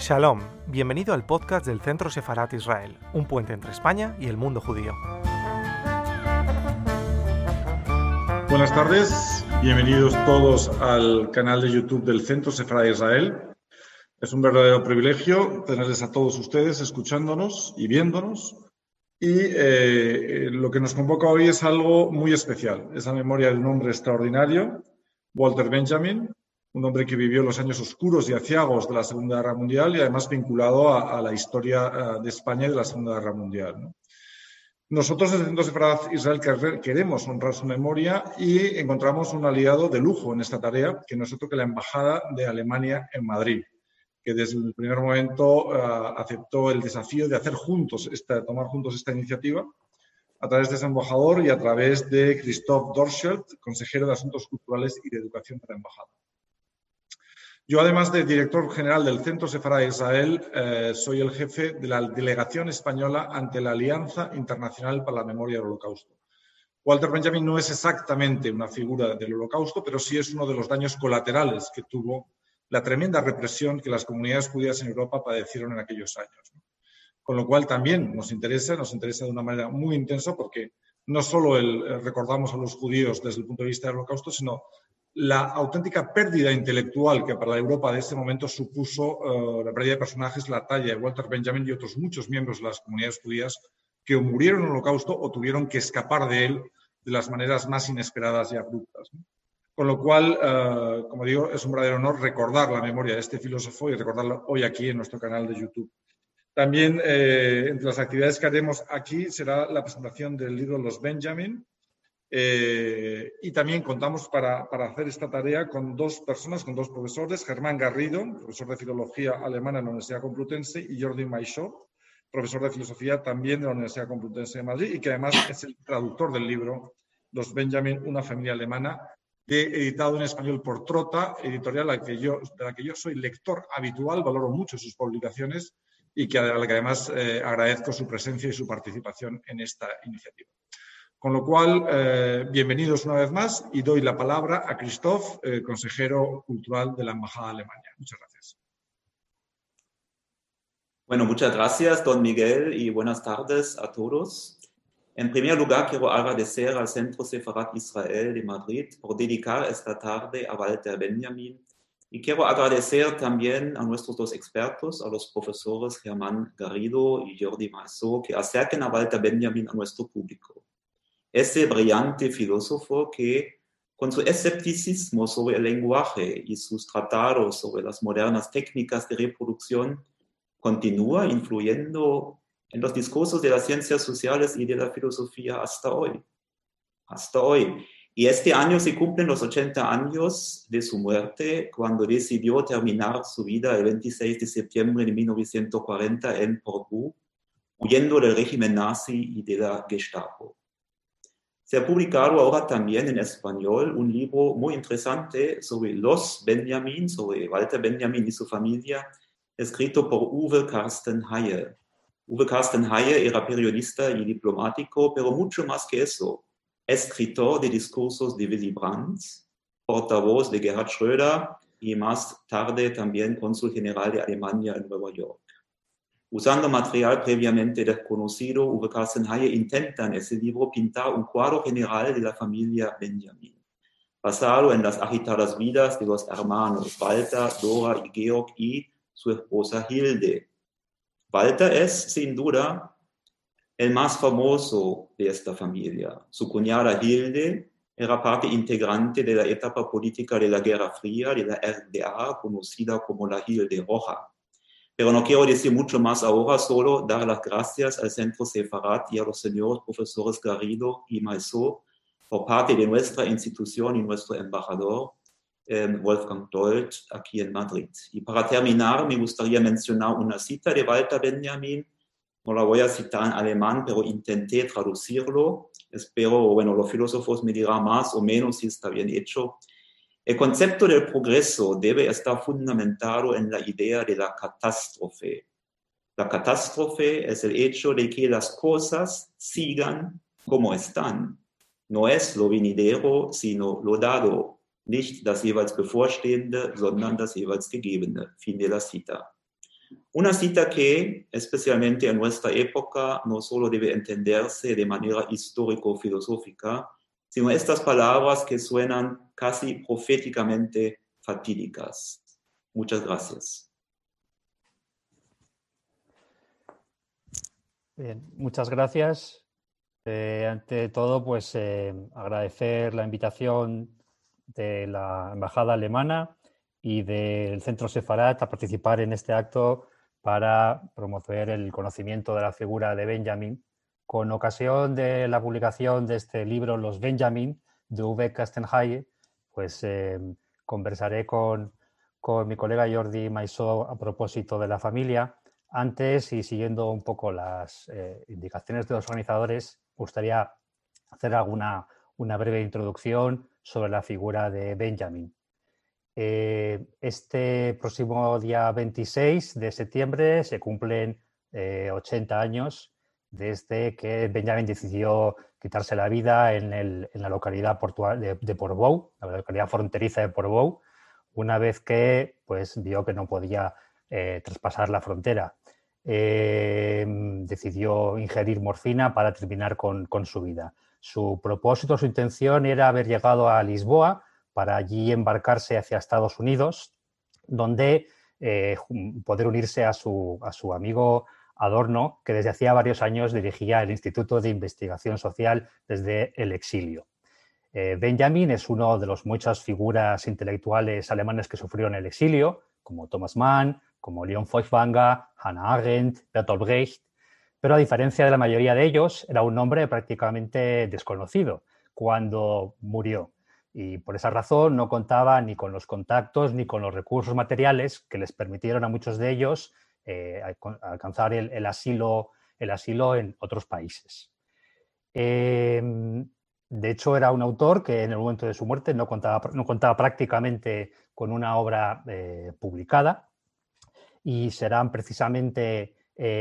Shalom, bienvenido al podcast del Centro Sefarat Israel, un puente entre España y el mundo judío. Buenas tardes, bienvenidos todos al canal de YouTube del Centro Sefarat Israel. Es un verdadero privilegio tenerles a todos ustedes escuchándonos y viéndonos. Y lo que nos convoca hoy es algo muy especial. Es la memoria de un hombre extraordinario, Walter Benjamin, un hombre que vivió los años oscuros y aciagos de la Segunda Guerra Mundial y además vinculado a la historia de España y de la Segunda Guerra Mundial, ¿no? Nosotros desde el Centro Sefarat Israel queremos honrar su memoria y encontramos un aliado de lujo en esta tarea, que no es otro que la Embajada de Alemania en Madrid, que desde el primer momento aceptó el desafío de tomar juntos esta iniciativa a través de ese embajador y a través de Christoph Dorschelt, consejero de Asuntos Culturales y de Educación de la Embajada. Yo, además de director general del Centro Sefarat Israel, soy el jefe de la delegación española ante la Alianza Internacional para la Memoria del Holocausto. Walter Benjamin no es exactamente una figura del Holocausto, pero sí es uno de los daños colaterales que tuvo la tremenda represión que las comunidades judías en Europa padecieron en aquellos años, ¿no? Con lo cual también nos interesa de una manera muy intensa, porque no solo recordamos a los judíos desde el punto de vista del Holocausto, sino la auténtica pérdida intelectual que para la Europa de ese momento supuso la pérdida de personajes, la talla de Walter Benjamin y otros muchos miembros de las comunidades judías que o murieron en el Holocausto o tuvieron que escapar de él de las maneras más inesperadas y abruptas, ¿no? Con lo cual, como digo, es un verdadero honor recordar la memoria de este filósofo y recordarlo hoy aquí en nuestro canal de YouTube. También, entre las actividades que haremos aquí, será la presentación del libro Los Benjamin. Y también contamos para hacer esta tarea con dos profesores, Germán Garrido, profesor de Filología Alemana en la Universidad Complutense, y Jordi Maixó, profesor de Filosofía también de la Universidad Complutense de Madrid, y que además es el traductor del libro Los Benjamin, una familia alemana, editado en español por Trota, editorial de la que yo soy lector habitual, valoro mucho sus publicaciones y a la que además agradezco su presencia y su participación en esta iniciativa. Con lo cual, bienvenidos una vez más y doy la palabra a Christoph, consejero cultural de la Embajada de Alemania. Muchas gracias. Bueno, muchas gracias, don Miguel, y buenas tardes a todos. En primer lugar, quiero agradecer al Centro Sefarat Israel de Madrid por dedicar esta tarde a Walter Benjamin, y quiero agradecer también a nuestros dos expertos, a los profesores Germán Garrido y Jordi Maixó, que acerquen a Walter Benjamin a nuestro público. Ese brillante filósofo que, con su escepticismo sobre el lenguaje y sus tratados sobre las modernas técnicas de reproducción, continúa influyendo en los discursos de las ciencias sociales y de la filosofía hasta hoy. Hasta hoy. Y este año se cumplen los 80 años de su muerte, cuando decidió terminar su vida el 26 de septiembre de 1940 en Portbou, huyendo del régimen nazi y de la Gestapo. Se ha publicado ahora también en español un libro muy interesante sobre los Benjamin, sobre Walter Benjamin y su familia, escrito por Uwe Carsten Haie. Uwe Carsten Haie era periodista y diplomático, pero mucho más que eso, escritor de discursos de Willy Brandt, portavoz de Gerhard Schröder y más tarde también cónsul general de Alemania en Nueva York. Usando material previamente desconocido, Uwe Carsten Haie intenta en ese libro pintar un cuadro general de la familia Benjamin, basado en las agitadas vidas de los hermanos Walter, Dora y Georg y su esposa Hilde. Walter es, sin duda, el más famoso de esta familia. Su cuñada Hilde era parte integrante de la etapa política de la Guerra Fría de la RDA, conocida como la Hilde Roja. Pero no quiero decir mucho más ahora, solo dar las gracias al Centro Sefarat y a los señores profesores Garrido y Maixó por parte de nuestra institución y nuestro embajador, Wolfgang Dold, aquí en Madrid. Y para terminar, me gustaría mencionar una cita de Walter Benjamin. No la voy a citar en alemán, pero intenté traducirlo. Espero, bueno, los filósofos me dirán más o menos si está bien hecho. El concepto del progreso debe estar fundamentado en la idea de la catástrofe. La catástrofe es el hecho de que las cosas sigan como están. No es lo venidero, sino lo dado. Nicht das jeweils bevorstehende, sondern das jeweils gegebene. Fin de la cita. Una cita que, especialmente en nuestra época, no solo debe entenderse de manera histórico-filosófica, sino estas palabras que suenan casi proféticamente fatídicas. Muchas gracias. Bien, muchas gracias. Ante todo, pues agradecer la invitación de la Embajada Alemana y del Centro Sefarat a participar en este acto para promover el conocimiento de la figura de Benjamin. Con ocasión de la publicación de este libro, Los Benjamin, de Uwe Kastenhaye, pues conversaré con mi colega Jordi Maissó a propósito de la familia. Antes, y siguiendo un poco las indicaciones de los organizadores, me gustaría hacer una breve introducción sobre la figura de Benjamin. Este próximo día 26 de septiembre se cumplen 80 años desde que Benjamin decidió quitarse la vida en la localidad de Portbou, la localidad fronteriza de Portbou, una vez que pues, vio que no podía traspasar la frontera. Decidió ingerir morfina para terminar con su vida. Su propósito, su intención era haber llegado a Lisboa para allí embarcarse hacia Estados Unidos, donde poder unirse a su amigo Adorno, que desde hacía varios años dirigía el Instituto de Investigación Social desde el exilio. Benjamin es uno de las muchas figuras intelectuales alemanes que sufrieron el exilio, como Thomas Mann, como Leon Feuchtwanger, Hannah Arendt, Bertolt Brecht, pero a diferencia de la mayoría de ellos, era un hombre prácticamente desconocido cuando murió. Y por esa razón no contaba ni con los contactos ni con los recursos materiales que les permitieron a muchos de ellos alcanzar el asilo en otros países. De hecho, era un autor que en el momento de su muerte no contaba prácticamente con una obra publicada, y serán precisamente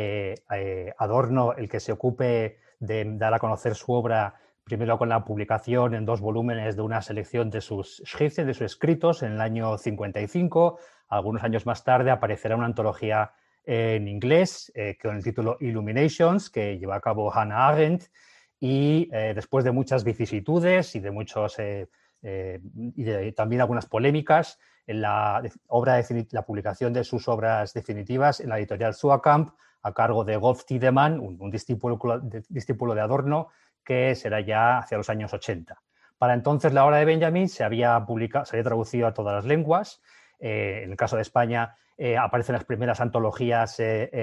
Adorno el que se ocupe de dar a conocer su obra, primero con la publicación en 2 volúmenes de una selección de sus Schriften, de sus escritos, en el año 55. Algunos años más tarde aparecerá una antología en inglés con el título Illuminations, que lleva a cabo Hannah Arendt, y después de muchas vicisitudes y de muchos también algunas polémicas, en la publicación de sus obras definitivas en la editorial Suakamp, a cargo de Wolf Tiedemann, un discípulo de Adorno, que será ya hacia los años 80. Para entonces la obra de Benjamin se había traducido a todas las lenguas. En el caso de España aparecen las primeras antologías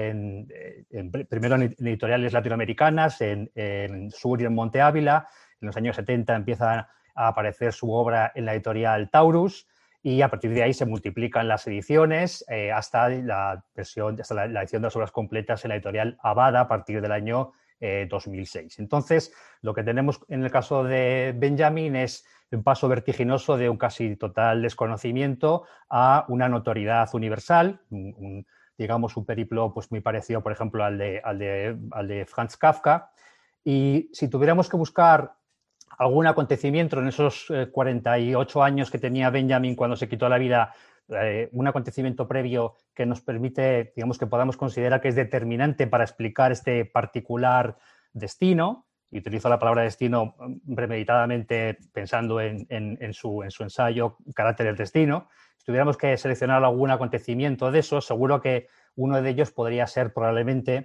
primero en editoriales latinoamericanas, en Sur y en Monte Ávila. En los años 70 empieza a aparecer su obra en la editorial Taurus, y a partir de ahí se multiplican las ediciones hasta la edición de las obras completas en la editorial Abada a partir del año 2006. Entonces, lo que tenemos en el caso de Benjamin es un paso vertiginoso de un casi total desconocimiento a una notoriedad universal, digamos un periplo pues, muy parecido, por ejemplo, al de Franz Kafka. Y si tuviéramos que buscar algún acontecimiento en esos 48 años que tenía Benjamin cuando se quitó la vida, un acontecimiento previo que nos permite, digamos, que podamos considerar que es determinante para explicar este particular destino, y utilizo la palabra destino premeditadamente pensando en su ensayo Carácter del destino. Si tuviéramos que seleccionar algún acontecimiento de eso, seguro que uno de ellos podría ser probablemente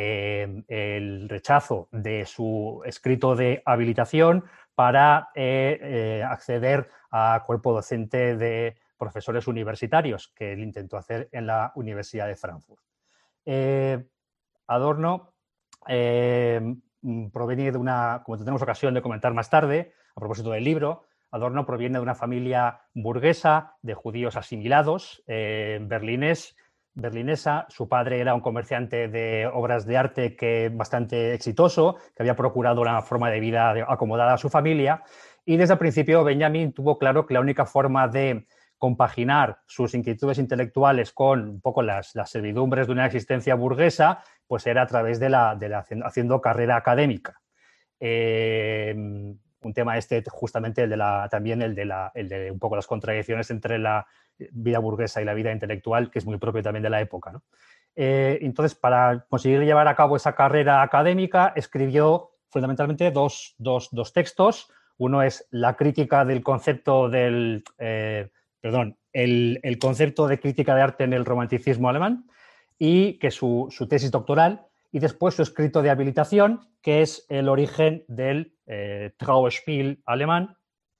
el rechazo de su escrito de habilitación para acceder a cuerpo docente de profesores universitarios, que él intentó hacer en la Universidad de Frankfurt. Adorno proviene de como tenemos ocasión de comentar más tarde, a propósito del libro, Adorno proviene de una familia burguesa de judíos asimilados, berlinesa. Su padre era un comerciante de obras de arte bastante exitoso, que había procurado una forma de vida acomodada a su familia, y desde el principio Benjamin tuvo claro que la única forma de compaginar sus inquietudes intelectuales con un poco las servidumbres de una existencia burguesa, pues era a través de haciendo carrera académica. un tema justamente también el de un poco las contradicciones entre la vida burguesa y la vida intelectual, que es muy propio también de la época, ¿no? Entonces, para conseguir llevar a cabo esa carrera académica, escribió fundamentalmente dos textos. Uno es la crítica del concepto el concepto de crítica de arte en el romanticismo alemán, y que es su tesis doctoral, y después su escrito de habilitación, que es el origen del Trauerspiel alemán,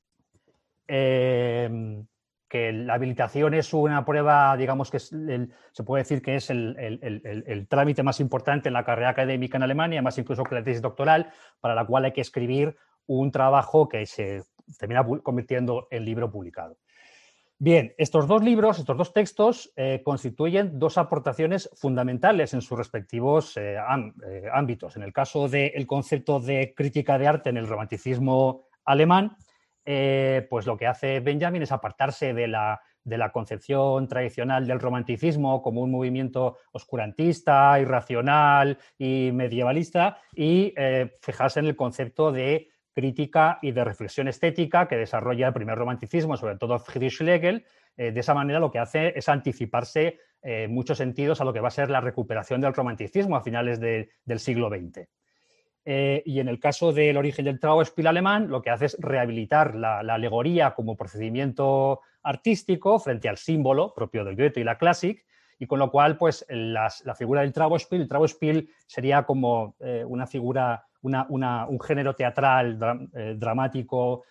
que la habilitación es una prueba, digamos que se puede decir que es el trámite más importante en la carrera académica en Alemania, más incluso que la tesis doctoral, para la cual hay que escribir un trabajo que se termina convirtiendo en libro publicado. Bien, estos dos textos constituyen dos aportaciones fundamentales en sus respectivos ámbitos. En el caso del concepto de crítica de arte en el romanticismo alemán, pues lo que hace Benjamin es apartarse de la concepción tradicional del romanticismo como un movimiento oscurantista, irracional y medievalista, y fijarse en el concepto de crítica y de reflexión estética que desarrolla el primer romanticismo, sobre todo Friedrich Schlegel. De esa manera lo que hace es anticiparse en muchos sentidos a lo que va a ser la recuperación del romanticismo a finales del siglo XX. Y en el caso del origen del Trauerspiel alemán, lo que hace es rehabilitar la alegoría como procedimiento artístico frente al símbolo propio del Goethe y la Klassik, y con lo cual pues, la figura del Trauerspiel, el Trauerspiel sería como una figura, un género teatral dramático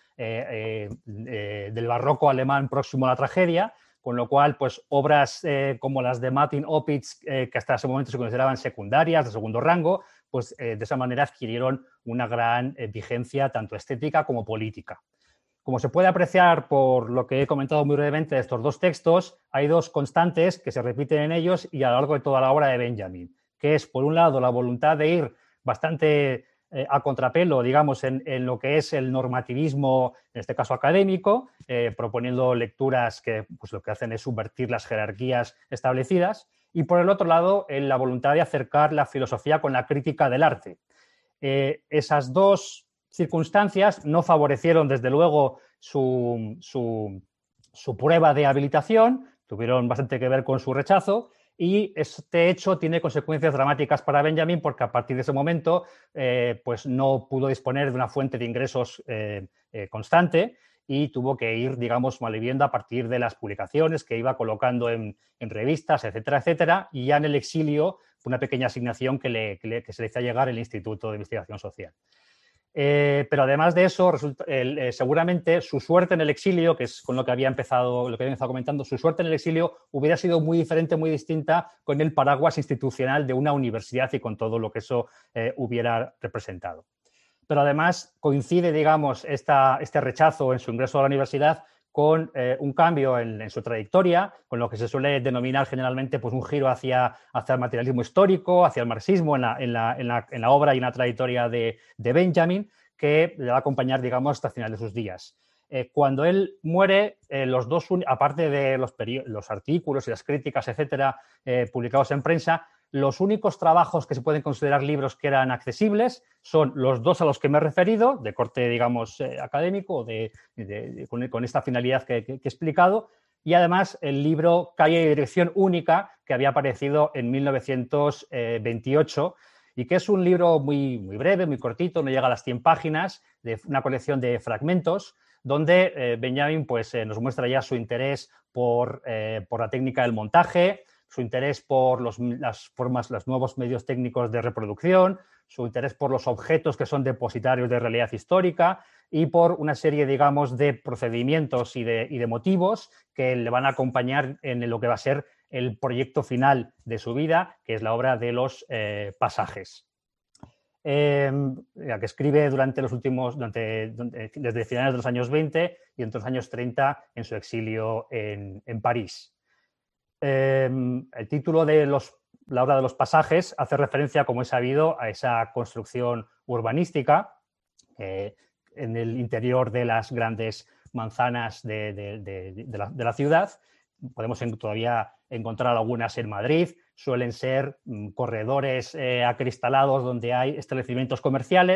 del barroco alemán próximo a la tragedia, con lo cual pues, obras como las de Martin Opitz, que hasta ese momento se consideraban secundarias, de segundo rango, pues de esa manera adquirieron una gran vigencia tanto estética como política. Como se puede apreciar por lo que he comentado muy brevemente de estos dos textos, hay dos constantes que se repiten en ellos y a lo largo de toda la obra de Benjamin, que es, por un lado, la voluntad de ir bastante a contrapelo, digamos, en lo que es el normativismo, en este caso académico, proponiendo lecturas que pues, lo que hacen es subvertir las jerarquías establecidas, y por el otro lado, en la voluntad de acercar la filosofía con la crítica del arte. Esas dos circunstancias no favorecieron, desde luego, su prueba de habilitación, tuvieron bastante que ver con su rechazo, y este hecho tiene consecuencias dramáticas para Benjamin porque a partir de ese momento pues no pudo disponer de una fuente de ingresos constante y tuvo que ir, digamos, malviviendo a partir de las publicaciones que iba colocando en revistas, etcétera, etcétera, y ya en el exilio una pequeña asignación que se le hizo llegar el Instituto de Investigación Social. Pero además de eso, seguramente su suerte en el exilio, que es con lo que había empezado comentando, su suerte en el exilio hubiera sido muy diferente, muy distinta con el paraguas institucional de una universidad y con todo lo que eso hubiera representado. Pero además coincide, digamos, este rechazo en su ingreso a la universidad con un cambio en su trayectoria, con lo que se suele denominar generalmente pues, un giro hacia el materialismo histórico, hacia el marxismo en la obra y en la trayectoria de Benjamin, que le va a acompañar, digamos, hasta el final de sus días. Cuando él muere, aparte de los artículos y las críticas, etcétera, publicados en prensa, los únicos trabajos que se pueden considerar libros que eran accesibles son los dos a los que me he referido, de corte, digamos, académico, con esta finalidad que he explicado, y además el libro Calle y Dirección Única, que había aparecido en 1928 y que es un libro muy, muy breve, muy cortito, no llega a las 100 páginas, de una colección de fragmentos, donde Benjamin pues, nos muestra ya su interés por la técnica del montaje, su interés por los nuevos medios técnicos de reproducción, su interés por los objetos que son depositarios de realidad histórica y por una serie, digamos, de procedimientos y de motivos que le van a acompañar en lo que va a ser el proyecto final de su vida, que es la obra de los pasajes. La que escribe desde finales de los años 20 y entre los años 30 en su exilio en París. El título de la obra de los pasajes hace referencia, como he sabido, a esa construcción urbanística en el interior de las grandes manzanas de la ciudad. Podemos todavía encontrar algunas en Madrid. Suelen ser corredores acristalados donde hay establecimientos comerciales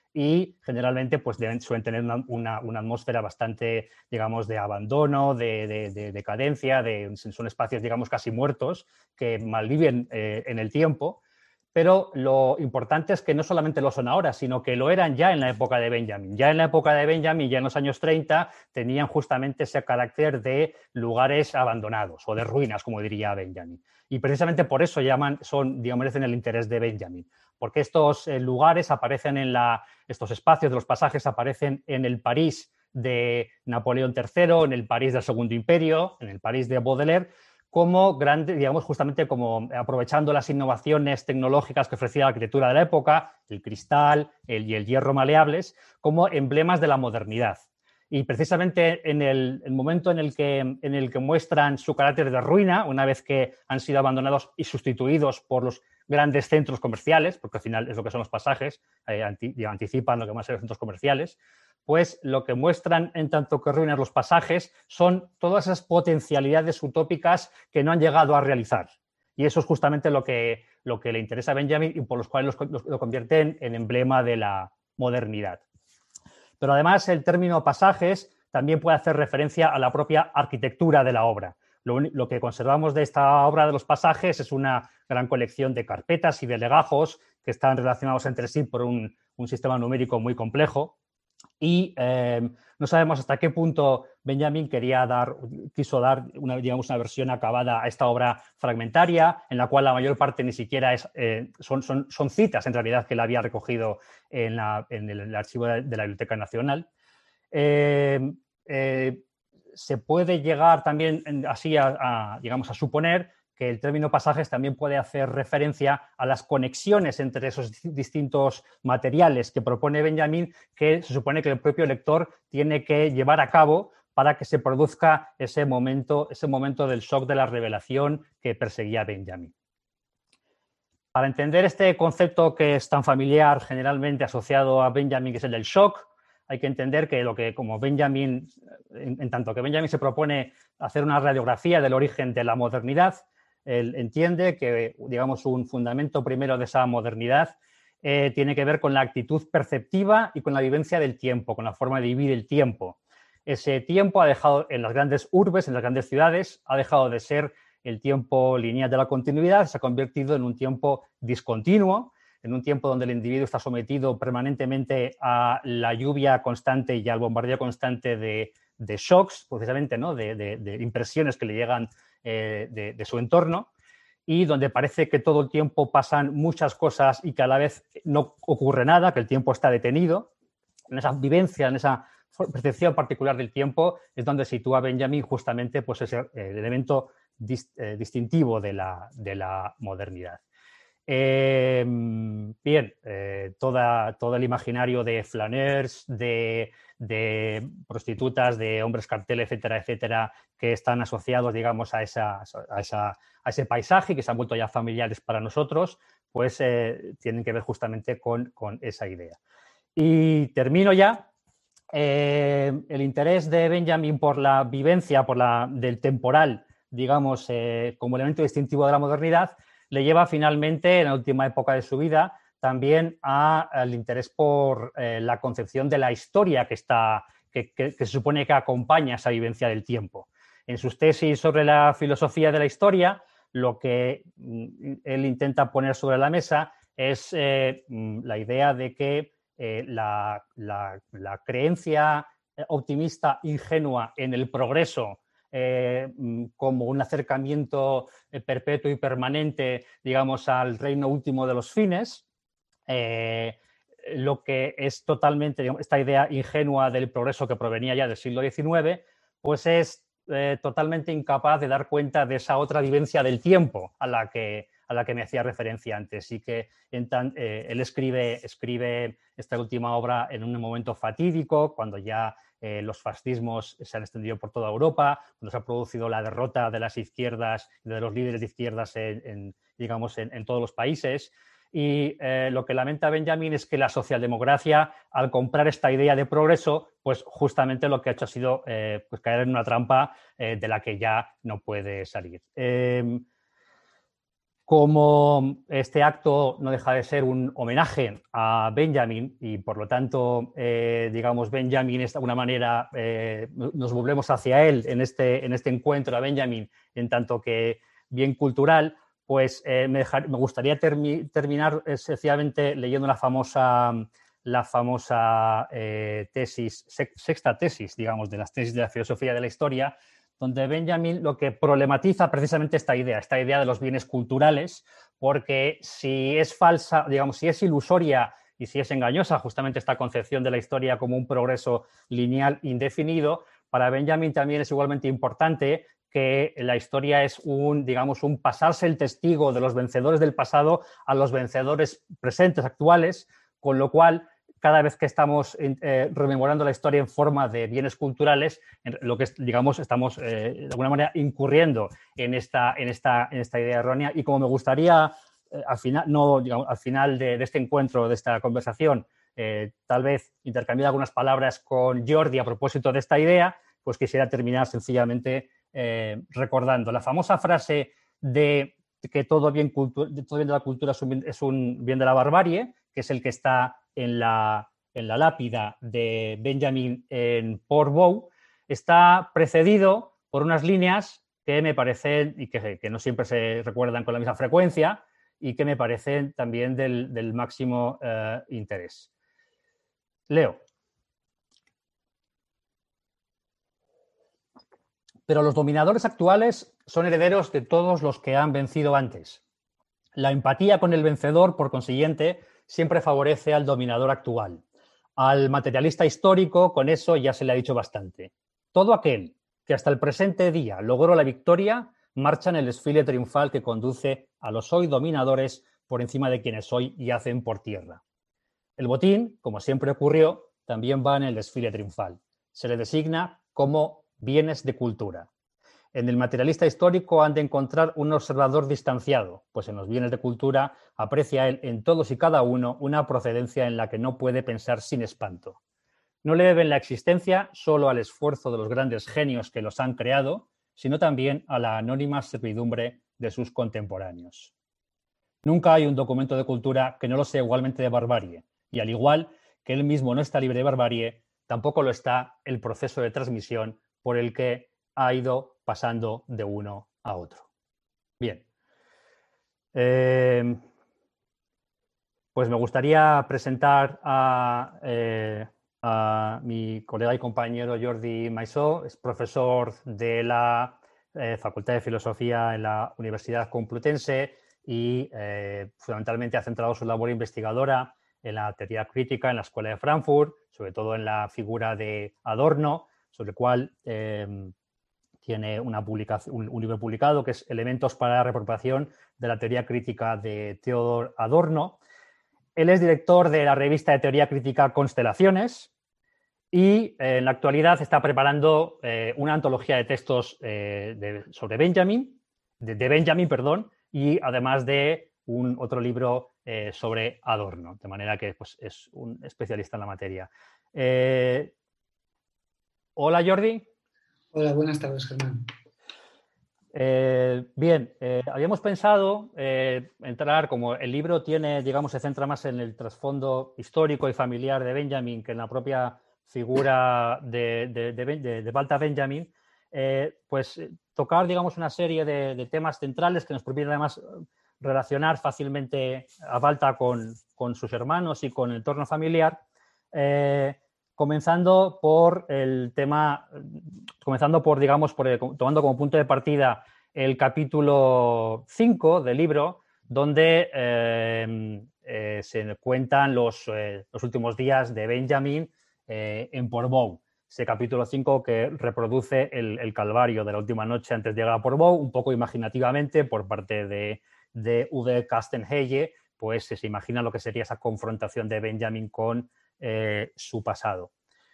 y generalmente pues suelen tener una atmósfera bastante, digamos, de abandono, de decadencia, son espacios, digamos, casi muertos que malviven en el tiempo. Pero lo importante es que no solamente lo son ahora, sino que lo eran ya en la época de Benjamin. Ya en la época de Benjamin, ya en los años 30, tenían justamente ese carácter de lugares abandonados o de ruinas, como diría Benjamin. Y precisamente por eso merecen el interés de Benjamin, porque estos lugares aparecen estos espacios de los pasajes aparecen en el París de Napoleón III, en el París del Segundo Imperio, en el París de Baudelaire, como grande, digamos, justamente como aprovechando las innovaciones tecnológicas que ofrecía la arquitectura de la época, el cristal y el hierro maleables, como emblemas de la modernidad. Y precisamente en el momento en el que muestran su carácter de ruina, una vez que han sido abandonados y sustituidos por los grandes centros comerciales, porque al final es lo que son los pasajes, anticipan lo que van a ser los centros comerciales, pues lo que muestran en tanto que ruinas los pasajes son todas esas potencialidades utópicas que no han llegado a realizar. Y eso es justamente lo que le interesa a Benjamin y por los cuales lo convierten en emblema de la modernidad. Pero además el término pasajes también puede hacer referencia a la propia arquitectura de la obra. Lo que conservamos de esta obra de los pasajes es una gran colección de carpetas y de legajos que están relacionados entre sí por un sistema numérico muy complejo. Y no sabemos hasta qué punto Benjamin quiso dar una versión acabada a esta obra fragmentaria, en la cual la mayor parte ni siquiera son citas en realidad que él había recogido en el archivo de la Biblioteca Nacional. Se puede llegar también así a suponer que el término pasajes también puede hacer referencia a las conexiones entre esos distintos materiales que propone Benjamin, que se supone que el propio lector tiene que llevar a cabo para que se produzca ese momento del shock de la revelación que perseguía Benjamin. Para entender este concepto que es tan familiar generalmente asociado a Benjamin, que es el del shock, hay que entender que como Benjamin, en tanto que Benjamin se propone hacer una radiografía del origen de la modernidad, él entiende que, digamos, un fundamento primero de esa modernidad tiene que ver con la actitud perceptiva y con la vivencia del tiempo, con la forma de vivir el tiempo. Ese tiempo ha dejado en las grandes urbes, en las grandes ciudades, ha dejado de ser el tiempo lineal de la continuidad, se ha convertido en un tiempo discontinuo, en un tiempo donde el individuo está sometido permanentemente a la lluvia constante y al bombardeo constante de shocks, precisamente, ¿no? de impresiones que le llegan de su entorno, y donde parece que todo el tiempo pasan muchas cosas y que a la vez no ocurre nada, que el tiempo está detenido. En esa vivencia, en esa percepción particular del tiempo, es donde sitúa Benjamin justamente pues, ese elemento distintivo de la modernidad. Todo el imaginario de flaneurs, de prostitutas, de hombres cartel, etcétera, etcétera, que están asociados, digamos, a ese paisaje que se han vuelto ya familiares para nosotros, pues tienen que ver justamente con esa idea. Y termino ya. El interés de Benjamin por la vivencia, del temporal, digamos, como elemento distintivo de la modernidad, le lleva finalmente, en la última época de su vida, también al interés por la concepción de la historia que se supone que acompaña esa vivencia del tiempo. En sus tesis sobre la filosofía de la historia, lo que él intenta poner sobre la mesa es la idea de que la creencia optimista ingenua en el progreso como un acercamiento perpetuo y permanente, digamos, al reino último de los fines, lo que es totalmente, digamos, esta idea ingenua del progreso que provenía ya del siglo XIX, pues es totalmente incapaz de dar cuenta de esa otra vivencia del tiempo a la que me hacía referencia antes, y que él escribe esta última obra en un momento fatídico, cuando ya los fascismos se han extendido por toda Europa, cuando se ha producido la derrota de las izquierdas, de los líderes de izquierdas en todos los países. Y lo que lamenta Benjamin es que la socialdemocracia, al comprar esta idea de progreso, pues justamente lo que ha hecho ha sido pues caer en una trampa de la que ya no puede salir. Como este acto no deja de ser un homenaje a Benjamin y por lo tanto, digamos, Benjamin es de alguna manera, nos volvemos hacia él en este encuentro a Benjamin en tanto que bien cultural, pues me gustaría terminar sencillamente leyendo la famosa tesis, sexta tesis, digamos, de las tesis de la filosofía de la historia, donde Benjamin lo que problematiza precisamente esta idea de los bienes culturales, porque si es falsa, digamos, si es ilusoria y si es engañosa justamente esta concepción de la historia como un progreso lineal indefinido, para Benjamin también es igualmente importante que la historia es digamos, un pasarse el testigo de los vencedores del pasado a los vencedores presentes, actuales, con lo cual cada vez que estamos rememorando la historia en forma de bienes culturales, lo que digamos estamos de alguna manera incurriendo en esta idea errónea. Y como me gustaría al final de este encuentro, de esta conversación, tal vez intercambiar algunas palabras con Jordi a propósito de esta idea, pues quisiera terminar sencillamente recordando la famosa frase de que todo bien de la cultura es un bien de la barbarie, que es el que está en la lápida de Benjamin en Port Bow, está precedido por unas líneas que me parecen, y que no siempre se recuerdan con la misma frecuencia, y que me parecen también del máximo interés. Leo. Pero los dominadores actuales son herederos de todos los que han vencido antes. La empatía con el vencedor, por consiguiente, siempre favorece al dominador actual. Al materialista histórico, con eso ya se le ha dicho bastante. Todo aquel que hasta el presente día logró la victoria marcha en el desfile triunfal que conduce a los hoy dominadores por encima de quienes hoy yacen por tierra. El botín, como siempre ocurrió, también va en el desfile triunfal. Se le designa como bienes de cultura. En el materialista histórico han de encontrar un observador distanciado, pues en los bienes de cultura aprecia él en todos y cada uno una procedencia en la que no puede pensar sin espanto. No le deben la existencia solo al esfuerzo de los grandes genios que los han creado, sino también a la anónima servidumbre de sus contemporáneos. Nunca hay un documento de cultura que no lo sea igualmente de barbarie, y al igual que él mismo no está libre de barbarie, tampoco lo está el proceso de transmisión por el que ha ido pasando de uno a otro. Bien. Pues me gustaría presentar a mi colega y compañero Jordi Maissó. Es profesor de la Facultad de Filosofía en la Universidad Complutense y fundamentalmente ha centrado su labor investigadora en la teoría crítica en la Escuela de Frankfurt, sobre todo en la figura de Adorno, sobre el cual tiene un libro publicado que es Elementos para la reapropiación de la teoría crítica de Theodor Adorno. Él es director de la revista de teoría crítica Constelaciones y en la actualidad está preparando una antología de textos sobre Benjamin, y además de otro libro sobre Adorno, de manera que pues, es un especialista en la materia. Hola, Jordi. Hola, buenas tardes, Germán. Bien, habíamos pensado entrar, como el libro tiene, digamos, se centra más en el trasfondo histórico y familiar de Benjamin que en la propia figura de Walter Benjamin, pues tocar, digamos, una serie de temas centrales que nos permiten además relacionar fácilmente a Walter con sus hermanos y con el entorno familiar. Comenzando por, digamos, tomando como punto de partida el capítulo 5 del libro, donde se cuentan los últimos días de Benjamin en Port Bow. Ese capítulo 5 que reproduce el calvario de la última noche antes de llegar a Port Bow, un poco imaginativamente por parte de Uwe Kastenheye, pues se imagina lo que sería esa confrontación de Benjamin con su pasado.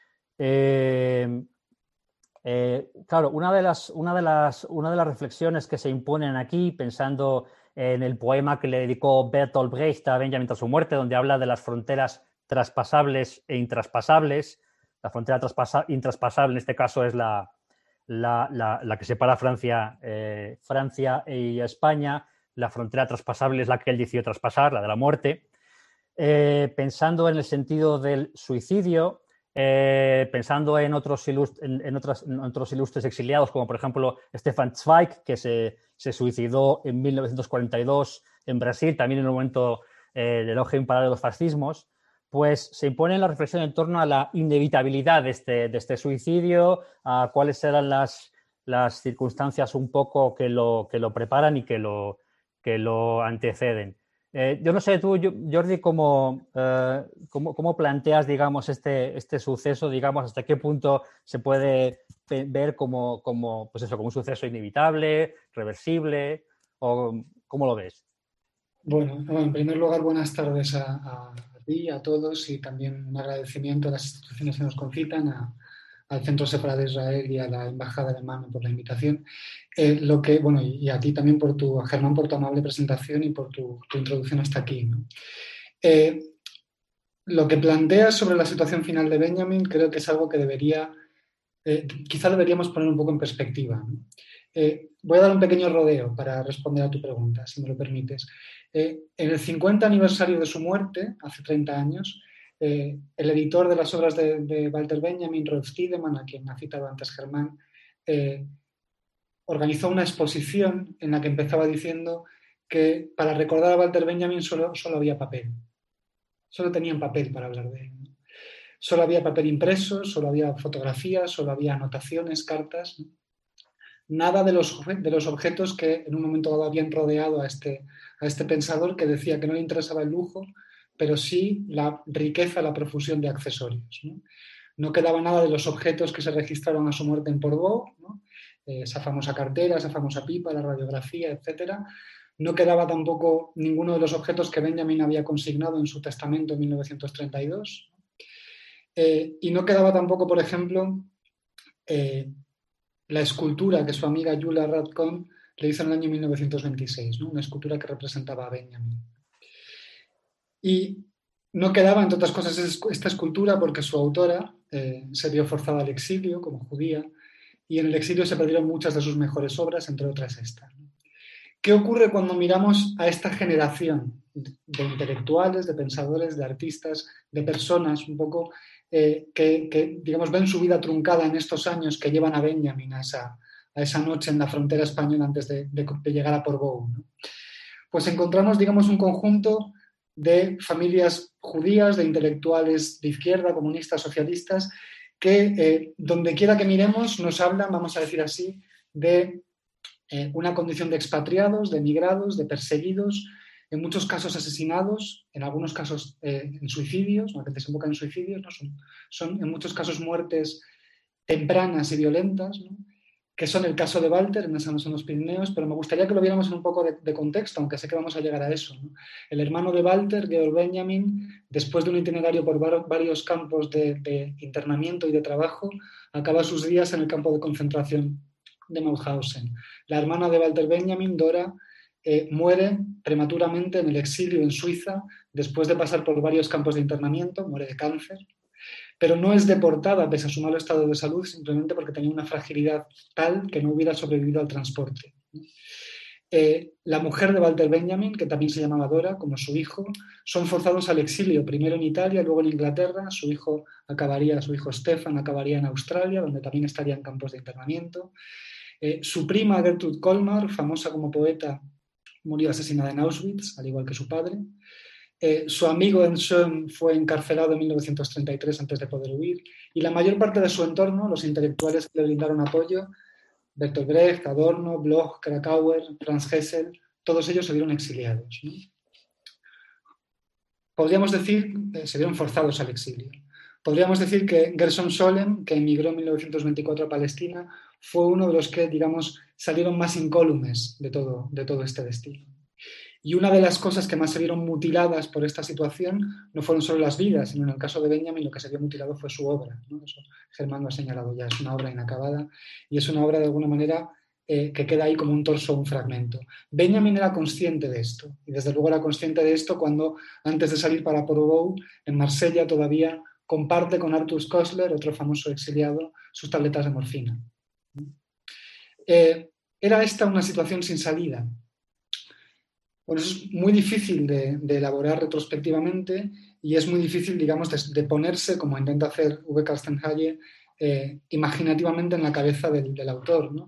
Claro, una de las reflexiones que se imponen aquí, pensando en el poema que le dedicó Bertolt Brecht a Benjamin tras su muerte, donde habla de las fronteras traspasables e intraspasables. La frontera intraspasable en este caso es la que separa Francia y España, la frontera traspasable es la que él decidió traspasar, la de la muerte. Pensando en el sentido del suicidio, pensando en otros ilustres exiliados, como por ejemplo Stefan Zweig, que se suicidó en 1942 en Brasil, también en un momento del auge imparable de los fascismos, pues se impone la reflexión en torno a la inevitabilidad de este suicidio, a cuáles eran las circunstancias un poco que lo preparan y que lo anteceden. Yo no sé tú, Jordi, cómo planteas, digamos, este suceso, digamos, hasta qué punto se puede ver como un suceso inevitable, reversible, o cómo lo ves. Bueno, en primer lugar, buenas tardes a ti, a todos, y también un agradecimiento a las instituciones que nos concitan, al Centro Sefarad de Israel y a la Embajada Alemana por la invitación. Y a ti también, a Germán, por tu amable presentación y por tu introducción hasta aquí, ¿no? Lo que planteas sobre la situación final de Benjamin creo que es algo que quizá deberíamos poner un poco en perspectiva, ¿no? Voy a dar un pequeño rodeo para responder a tu pregunta, si me lo permites. En el 50 aniversario de su muerte, hace 30 años, el editor de las obras de Walter Benjamin, Rolf Tiedemann, a quien ha citado antes Germán, organizó una exposición en la que empezaba diciendo que para recordar a Walter Benjamin solo había papel. Solo tenían papel para hablar de él, ¿no? Solo había papel impreso, solo había fotografías, solo había anotaciones, cartas, ¿no? Nada de los objetos que en un momento dado habían rodeado a este pensador, que decía que no le interesaba el lujo, pero sí la riqueza, la profusión de accesorios, ¿no? No quedaba nada de los objetos que se registraron a su muerte en Portbou, ¿no? Esa famosa cartera, esa famosa pipa, la radiografía, etc. No quedaba tampoco ninguno de los objetos que Benjamin había consignado en su testamento en 1932. Y no quedaba tampoco, por ejemplo, la escultura que su amiga Julia Radcon le hizo en el año 1926, ¿no? Una escultura que representaba a Benjamin. Y no quedaba, entre otras cosas, esta escultura porque su autora se vio forzada al exilio como judía, y en el exilio se perdieron muchas de sus mejores obras, entre otras esta, ¿no? ¿Qué ocurre cuando miramos a esta generación de intelectuales, de pensadores, de artistas, de personas un poco que digamos, ven su vida truncada en estos años que llevan a Benjamin a esa noche en la frontera española antes de llegar a Portbou, ¿no? Pues encontramos, digamos, un conjunto de familias judías, de intelectuales de izquierda, comunistas, socialistas, que donde quiera que miremos nos hablan, vamos a decir así, de una condición de expatriados, de emigrados, de perseguidos, en muchos casos asesinados, en algunos casos en suicidios, ¿no? Que desembocan en suicidios, ¿no? Son en muchos casos muertes tempranas y violentas, ¿no? Que son el caso de Walter, en los Pirineos, pero me gustaría que lo viéramos en un poco de contexto, aunque sé que vamos a llegar a eso, ¿no? El hermano de Walter, Georg Benjamin, después de un itinerario por varios campos de internamiento y de trabajo, acaba sus días en el campo de concentración de Mauthausen. La hermana de Walter Benjamin, Dora, muere prematuramente en el exilio en Suiza, después de pasar por varios campos de internamiento, muere de cáncer, pero no es deportada pese a su malo estado de salud, simplemente porque tenía una fragilidad tal que no hubiera sobrevivido al transporte. La mujer de Walter Benjamin, que también se llamaba Dora, como su hijo, son forzados al exilio, primero en Italia, luego en Inglaterra. Su hijo Stefan acabaría en Australia, donde también estaría en campos de internamiento. Su prima Gertrude Kolmar, famosa como poeta, murió asesinada en Auschwitz, al igual que su padre. Su amigo Enschön fue encarcelado en 1933 antes de poder huir, y la mayor parte de su entorno, los intelectuales que le brindaron apoyo, Bertolt Brecht, Adorno, Bloch, Krakauer, Franz Hessel, todos ellos se vieron exiliados, ¿no? Podríamos decir que se vieron forzados al exilio. Podríamos decir que Gershom Scholem, que emigró en 1924 a Palestina, fue uno de los que, digamos, salieron más incólumes de todo este destino. Y una de las cosas que más se vieron mutiladas por esta situación no fueron solo las vidas, sino en el caso de Benjamin lo que se vio mutilado fue su obra, ¿no? Eso Germán lo ha señalado ya, es una obra inacabada y es una obra de alguna manera que queda ahí como un torso o un fragmento. Benjamin era consciente de esto, y desde luego era consciente de esto cuando, antes de salir para Portbou, en Marsella todavía comparte con Arthur Koestler, otro famoso exiliado, sus tabletas de morfina. Era esta una situación sin salida. Bueno, eso es muy difícil de elaborar retrospectivamente y es muy difícil, digamos, de ponerse, como intenta hacer V. Carsten Haye, imaginativamente en la cabeza del autor, ¿no?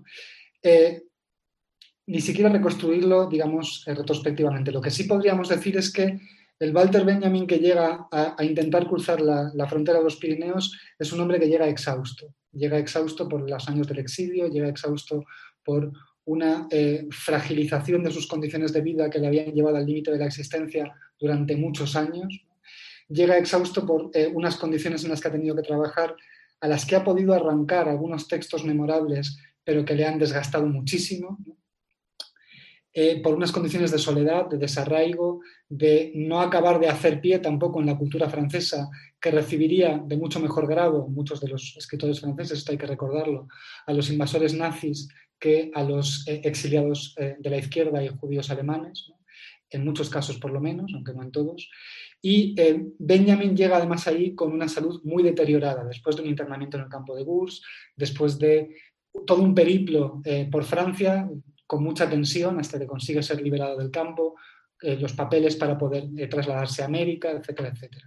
Ni siquiera reconstruirlo, digamos, retrospectivamente. Lo que sí podríamos decir es que el Walter Benjamin que llega a intentar cruzar la frontera de los Pirineos es un hombre que llega exhausto. Llega exhausto por los años del exilio, llega exhausto por una fragilización de sus condiciones de vida que le habían llevado al límite de la existencia durante muchos años. Llega exhausto por unas condiciones en las que ha tenido que trabajar, a las que ha podido arrancar algunos textos memorables, pero que le han desgastado muchísimo, ¿no? Por unas condiciones de soledad, de desarraigo, de no acabar de hacer pie tampoco en la cultura francesa, que recibiría de mucho mejor grado, muchos de los escritores franceses, esto hay que recordarlo, a los invasores nazis que a los exiliados de la izquierda y judíos alemanes, ¿no? En muchos casos por lo menos, aunque no en todos. Y Benjamin llega además ahí con una salud muy deteriorada, después de un internamiento en el campo de Gurs, después de todo un periplo por Francia, con mucha tensión hasta que consigue ser liberado del campo, los papeles para poder trasladarse a América, etcétera, etcétera.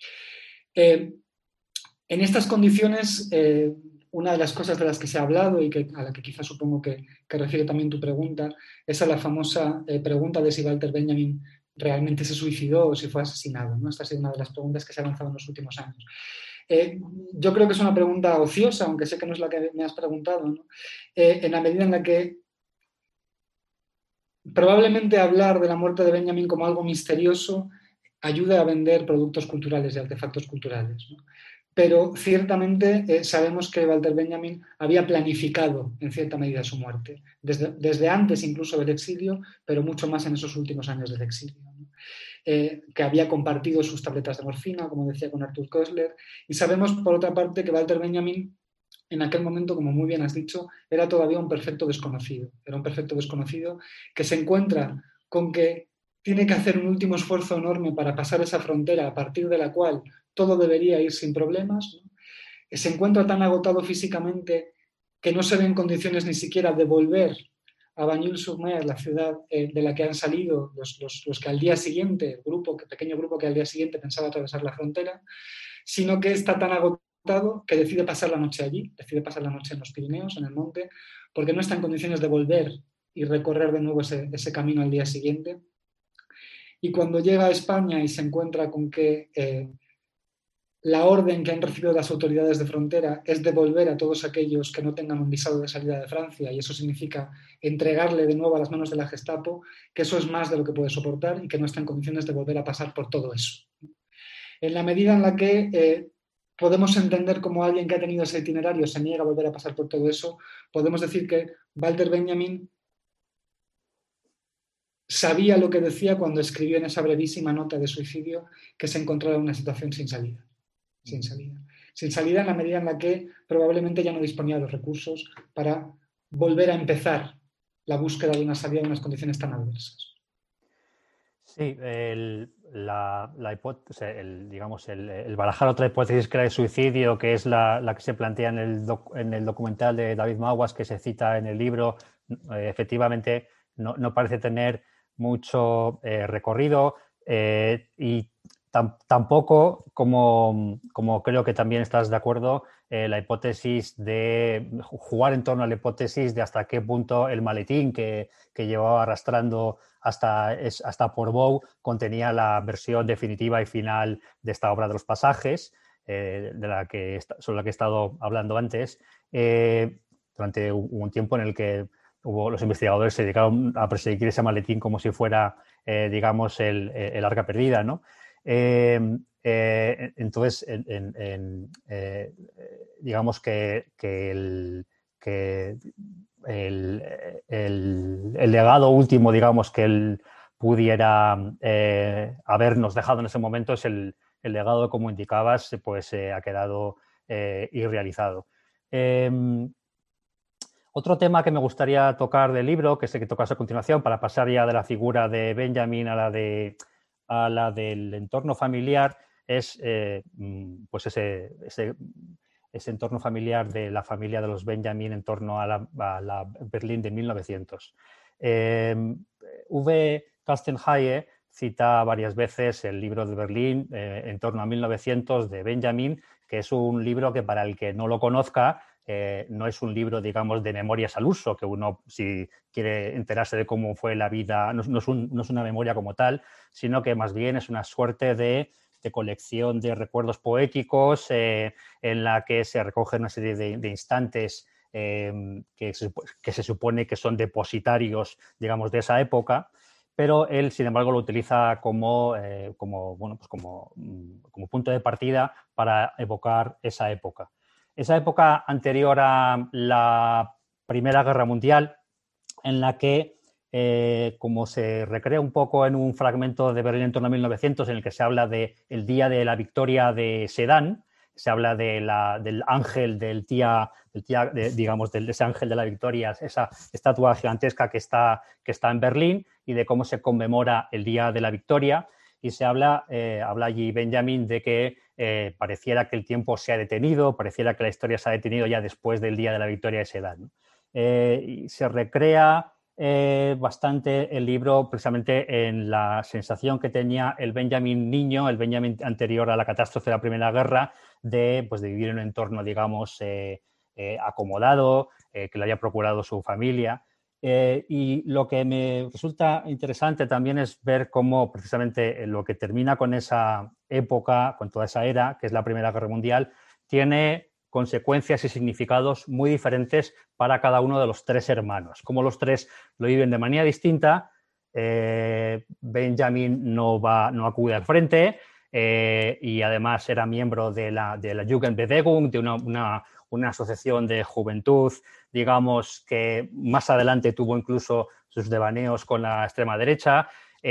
En estas condiciones, una de las cosas de las que se ha hablado y a la que quizás supongo que refiere también tu pregunta, es a la famosa pregunta de si Walter Benjamin realmente se suicidó o si fue asesinado, ¿no? Esta ha sido una de las preguntas que se ha lanzado en los últimos años. Yo creo que es una pregunta ociosa, aunque sé que no es la que me has preguntado, ¿no? En la medida en la que probablemente hablar de la muerte de Benjamin como algo misterioso ayude a vender productos culturales y artefactos culturales, ¿no? Pero ciertamente sabemos que Walter Benjamin había planificado en cierta medida su muerte, desde antes incluso del exilio, pero mucho más en esos últimos años del exilio, ¿no? Que había compartido sus tabletas de morfina, como decía, con Arthur Koestler, y sabemos por otra parte que Walter Benjamin en aquel momento, como muy bien has dicho, era todavía un perfecto desconocido. Era un perfecto desconocido que se encuentra con que tiene que hacer un último esfuerzo enorme para pasar esa frontera a partir de la cual todo debería ir sin problemas, ¿no? Se encuentra tan agotado físicamente que no se ve en condiciones ni siquiera de volver a Bagnols-sur-Mer, la ciudad de la que han salido los que al día siguiente, el pequeño grupo que al día siguiente pensaba atravesar la frontera, sino que está tan agotado que decide pasar la noche allí, decide pasar la noche en los Pirineos, en el monte, porque no está en condiciones de volver y recorrer de nuevo ese camino al día siguiente. Y cuando llega a España y se encuentra con que la orden que han recibido las autoridades de frontera es devolver a todos aquellos que no tengan un visado de salida de Francia, y eso significa entregarle de nuevo a las manos de la Gestapo, que eso es más de lo que puede soportar y que no está en condiciones de volver a pasar por todo eso. En la medida en la que podemos entender cómo alguien que ha tenido ese itinerario se niega a volver a pasar por todo eso, podemos decir que Walter Benjamin sabía lo que decía cuando escribió en esa brevísima nota de suicidio que se encontraba en una situación sin salida. Sin salida. Sin salida en la medida en la que probablemente ya no disponía de los recursos para volver a empezar la búsqueda de una salida en unas condiciones tan adversas. Sí, el barajar otra hipótesis que era el suicidio, que es la que se plantea en el documental de David Maguas, que se cita en el libro, efectivamente no parece tener mucho recorrido y tampoco, como creo que también estás de acuerdo, la hipótesis de jugar en torno a la hipótesis de hasta qué punto el maletín que llevaba arrastrando hasta Portbou contenía la versión definitiva y final de esta obra de los pasajes, sobre la que he estado hablando antes, durante un tiempo en el que los investigadores se dedicaron a perseguir ese maletín como si fuera, digamos, el arca perdida, ¿no? Entonces, digamos que el legado último, digamos, que él pudiera habernos dejado en ese momento es el legado, como indicabas, pues ha quedado irrealizado. Otro tema que me gustaría tocar del libro, que sé que tocas a continuación, para pasar ya de la figura de Benjamin a la del entorno familiar, es pues ese entorno familiar de la familia de los Benjamin en torno a la Berlín de 1900. Carsten Haie cita varias veces el libro de Berlín en torno a 1900 de Benjamin, que es un libro que, para el que no lo conozca, no es un libro, digamos, de memorias al uso, que uno, si quiere enterarse de cómo fue la vida, no es una memoria como tal, sino que más bien es una suerte de colección de recuerdos poéticos en la que se recoge una serie de instantes que se supone que son depositarios, digamos, de esa época, pero él, sin embargo, lo utiliza como punto de partida para evocar esa época. Esa época anterior a la Primera Guerra Mundial, en la que, como se recrea un poco en un fragmento de Berlín en torno a 1900, en el que se habla del día de la victoria de Sedan, se habla del ángel de ese ángel de la victoria, esa estatua gigantesca que está en Berlín, y de cómo se conmemora el día de la victoria. Y se habla allí Benjamin de que pareciera que el tiempo se ha detenido, pareciera que la historia se ha detenido ya después del día de la victoria de Sedan, ¿no? Y se recrea bastante el libro precisamente en la sensación que tenía el Benjamin niño, el Benjamin anterior a la catástrofe de la Primera Guerra, de vivir en un entorno, digamos, acomodado, que le haya procurado su familia. Y lo que me resulta interesante también es ver cómo precisamente lo que termina con esa época, con toda esa era, que es la Primera Guerra Mundial, tiene consecuencias y significados muy diferentes para cada uno de los tres hermanos. Como los tres lo viven de manera distinta. Benjamin no acude al frente y además era miembro de la Jugendbewegung, de una asociación de juventud, digamos, que más adelante tuvo incluso sus devaneos con la extrema derecha.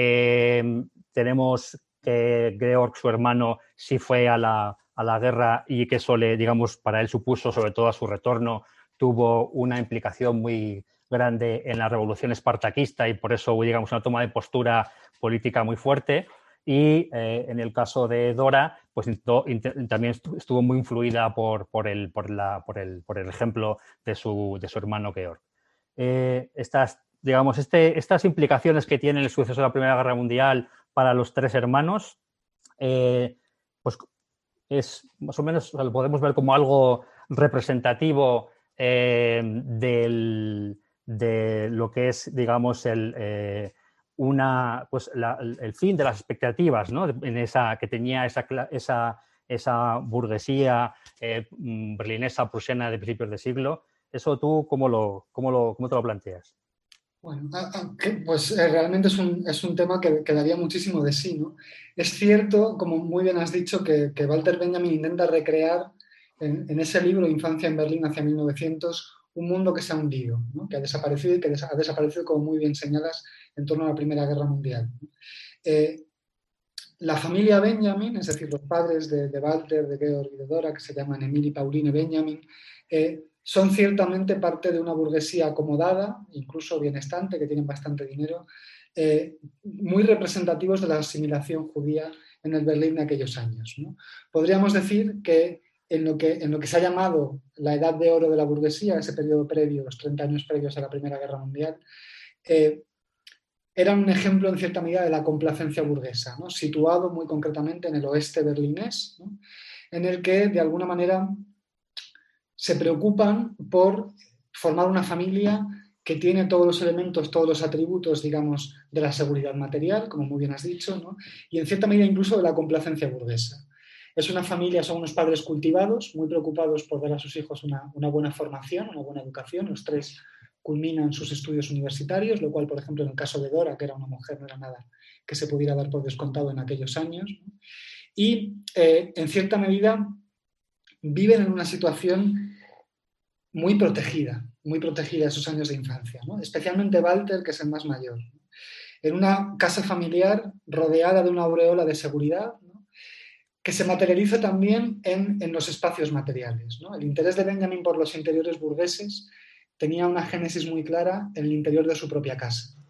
Tenemos que Georg, su hermano, sí fue a la guerra, y que eso digamos, para él supuso, sobre todo a su retorno, tuvo una implicación muy grande en la revolución espartaquista, y por eso, digamos, una toma de postura política muy fuerte. Y en el caso de Dora, pues también estuvo muy influida por el ejemplo de su hermano Georg. Estas implicaciones que tiene el suceso de la Primera Guerra Mundial para los tres hermanos, pues es más o menos, lo podemos ver como algo representativo de lo que es, digamos, el fin de las expectativas, ¿no? Que tenía esa burguesía berlinesa, prusiana de principios de siglo. ¿Eso tú cómo te lo planteas? Bueno, pues realmente es un tema que daría muchísimo de sí, ¿no? Es cierto, como muy bien has dicho, que Walter Benjamin intenta recrear en ese libro Infancia en Berlín hacia 1900 un mundo que se ha hundido, ¿no? Que ha desaparecido, y que ha desaparecido, como muy bien señalas, en torno a la Primera Guerra Mundial. La familia Benjamin, es decir, los padres de Walter, de Georg y de Dora, que se llaman Emil y Pauline Benjamin, son ciertamente parte de una burguesía acomodada, incluso bienestante, que tienen bastante dinero, muy representativos de la asimilación judía en el Berlín de aquellos años, ¿no? Podríamos decir que en lo que se ha llamado la edad de oro de la burguesía, ese periodo previo, los 30 años previos a la Primera Guerra Mundial, era un ejemplo en cierta medida de la complacencia burguesa, ¿no? Situado muy concretamente en el oeste berlinés, ¿no? En el que de alguna manera se preocupan por formar una familia que tiene todos los elementos, todos los atributos, digamos, de la seguridad material, como muy bien has dicho, ¿no? Y en cierta medida incluso de la complacencia burguesa. Es una familia, son unos padres cultivados, muy preocupados por dar a sus hijos una buena formación, una buena educación. Los tres culminan sus estudios universitarios, lo cual, por ejemplo, en el caso de Dora, que era una mujer, no era nada que se pudiera dar por descontado en aquellos años, ¿no? Y, en cierta medida, viven en una situación muy protegida esos años de infancia, ¿no? Especialmente Walter, que es el más mayor, ¿no? En una casa familiar rodeada de una aureola de seguridad, ¿no? Que se materializa también en los espacios materiales, ¿no? El interés de Benjamin por los interiores burgueses tenía una génesis muy clara en el interior de su propia casa.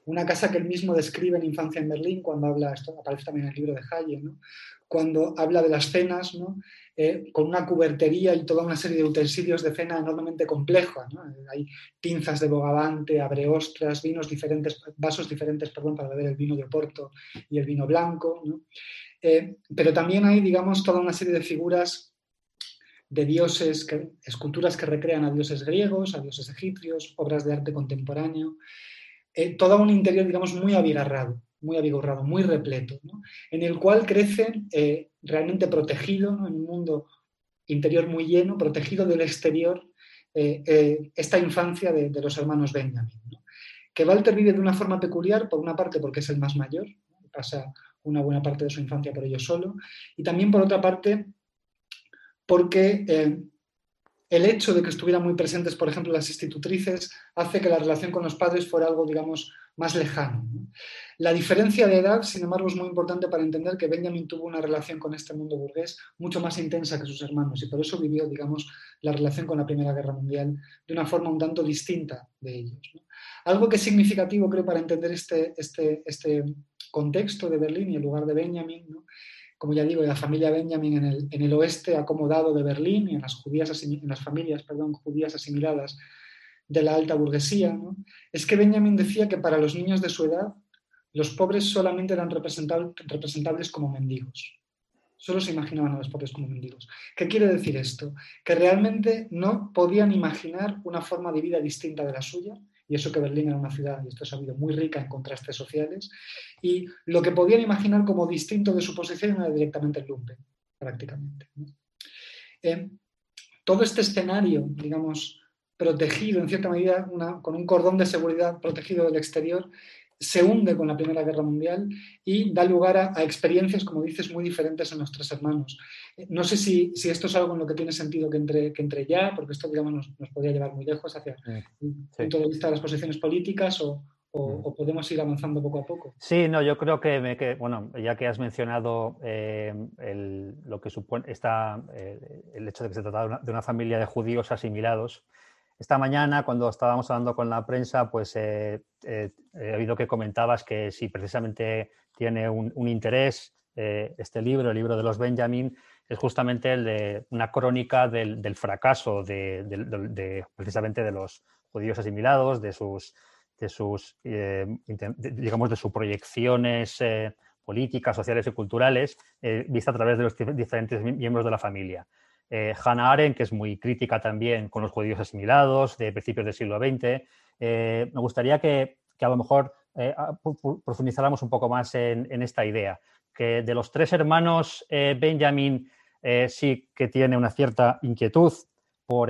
una casa que él mismo describe en Infancia en Berlín, cuando habla, esto aparece también en el libro de Haye, ¿no? Cuando habla de las cenas, ¿no? Con una cubertería y toda una serie de utensilios de cena enormemente compleja, ¿no? Hay pinzas de bogavante, abreostras, vasos diferentes, para beber el vino de Oporto y el vino blanco, ¿no? Pero también hay, digamos, toda una serie de figuras de dioses, esculturas que recrean a dioses griegos, a dioses egipcios, obras de arte contemporáneo, todo un interior, digamos, muy abigorrado, muy repleto, ¿no? En el cual crece realmente protegido, ¿no? En un mundo interior muy lleno, protegido del exterior, esta infancia de los hermanos Benjamin, ¿no? Que Walter vive de una forma peculiar, por una parte porque es el más mayor, ¿no? Pasa una buena parte de su infancia por ello solo, y también por otra parte porque el hecho de que estuvieran muy presentes, por ejemplo, las institutrices, hace que la relación con los padres fuera algo, digamos, más lejano, ¿no? La diferencia de edad, sin embargo, es muy importante para entender que Benjamin tuvo una relación con este mundo burgués mucho más intensa que sus hermanos y por eso vivió, digamos, la relación con la Primera Guerra Mundial de una forma un tanto distinta de ellos, ¿no? Algo que es significativo, creo, para entender este contexto de Berlín y el lugar de Benjamin, ¿no? Como ya digo, de la familia Benjamin en el oeste acomodado de Berlín y en las familias judías asimiladas de la alta burguesía, ¿no? Es que Benjamin decía que para los niños de su edad los pobres solamente eran representables como mendigos. Solo se imaginaban a los pobres como mendigos. ¿Qué quiere decir esto? Que realmente no podían imaginar una forma de vida distinta de la suya, y eso que Berlín era una ciudad, y esto es sabido, muy rica en contrastes sociales, y lo que podían imaginar como distinto de su posición era directamente el lumpen, prácticamente, ¿no? Todo este escenario, digamos, protegido en cierta medida, con un cordón de seguridad protegido del exterior, se hunde con la Primera Guerra Mundial y da lugar a experiencias, como dices, muy diferentes en los tres hermanos. No sé si esto es algo en lo que tiene sentido que entre ya, porque esto, digamos, nos podría llevar muy lejos hacia el punto de vista de las posiciones políticas o podemos ir avanzando poco a poco. Sí, no, yo creo que bueno, ya que has mencionado lo que supone el hecho de que se trata de una familia de judíos asimilados. Esta mañana, cuando estábamos hablando con la prensa, pues he oído que comentabas que si precisamente tiene un interés este libro, el libro de los Benjamin, es justamente el de una crónica del fracaso precisamente de los judíos asimilados, de sus proyecciones políticas, sociales y culturales, vista a través de los diferentes miembros de la familia. Hannah Arendt, que es muy crítica también con los judíos asimilados de principios del siglo XX. Me gustaría que a lo mejor profundizáramos un poco más en esta idea, que de los tres hermanos, Benjamin sí que tiene una cierta inquietud por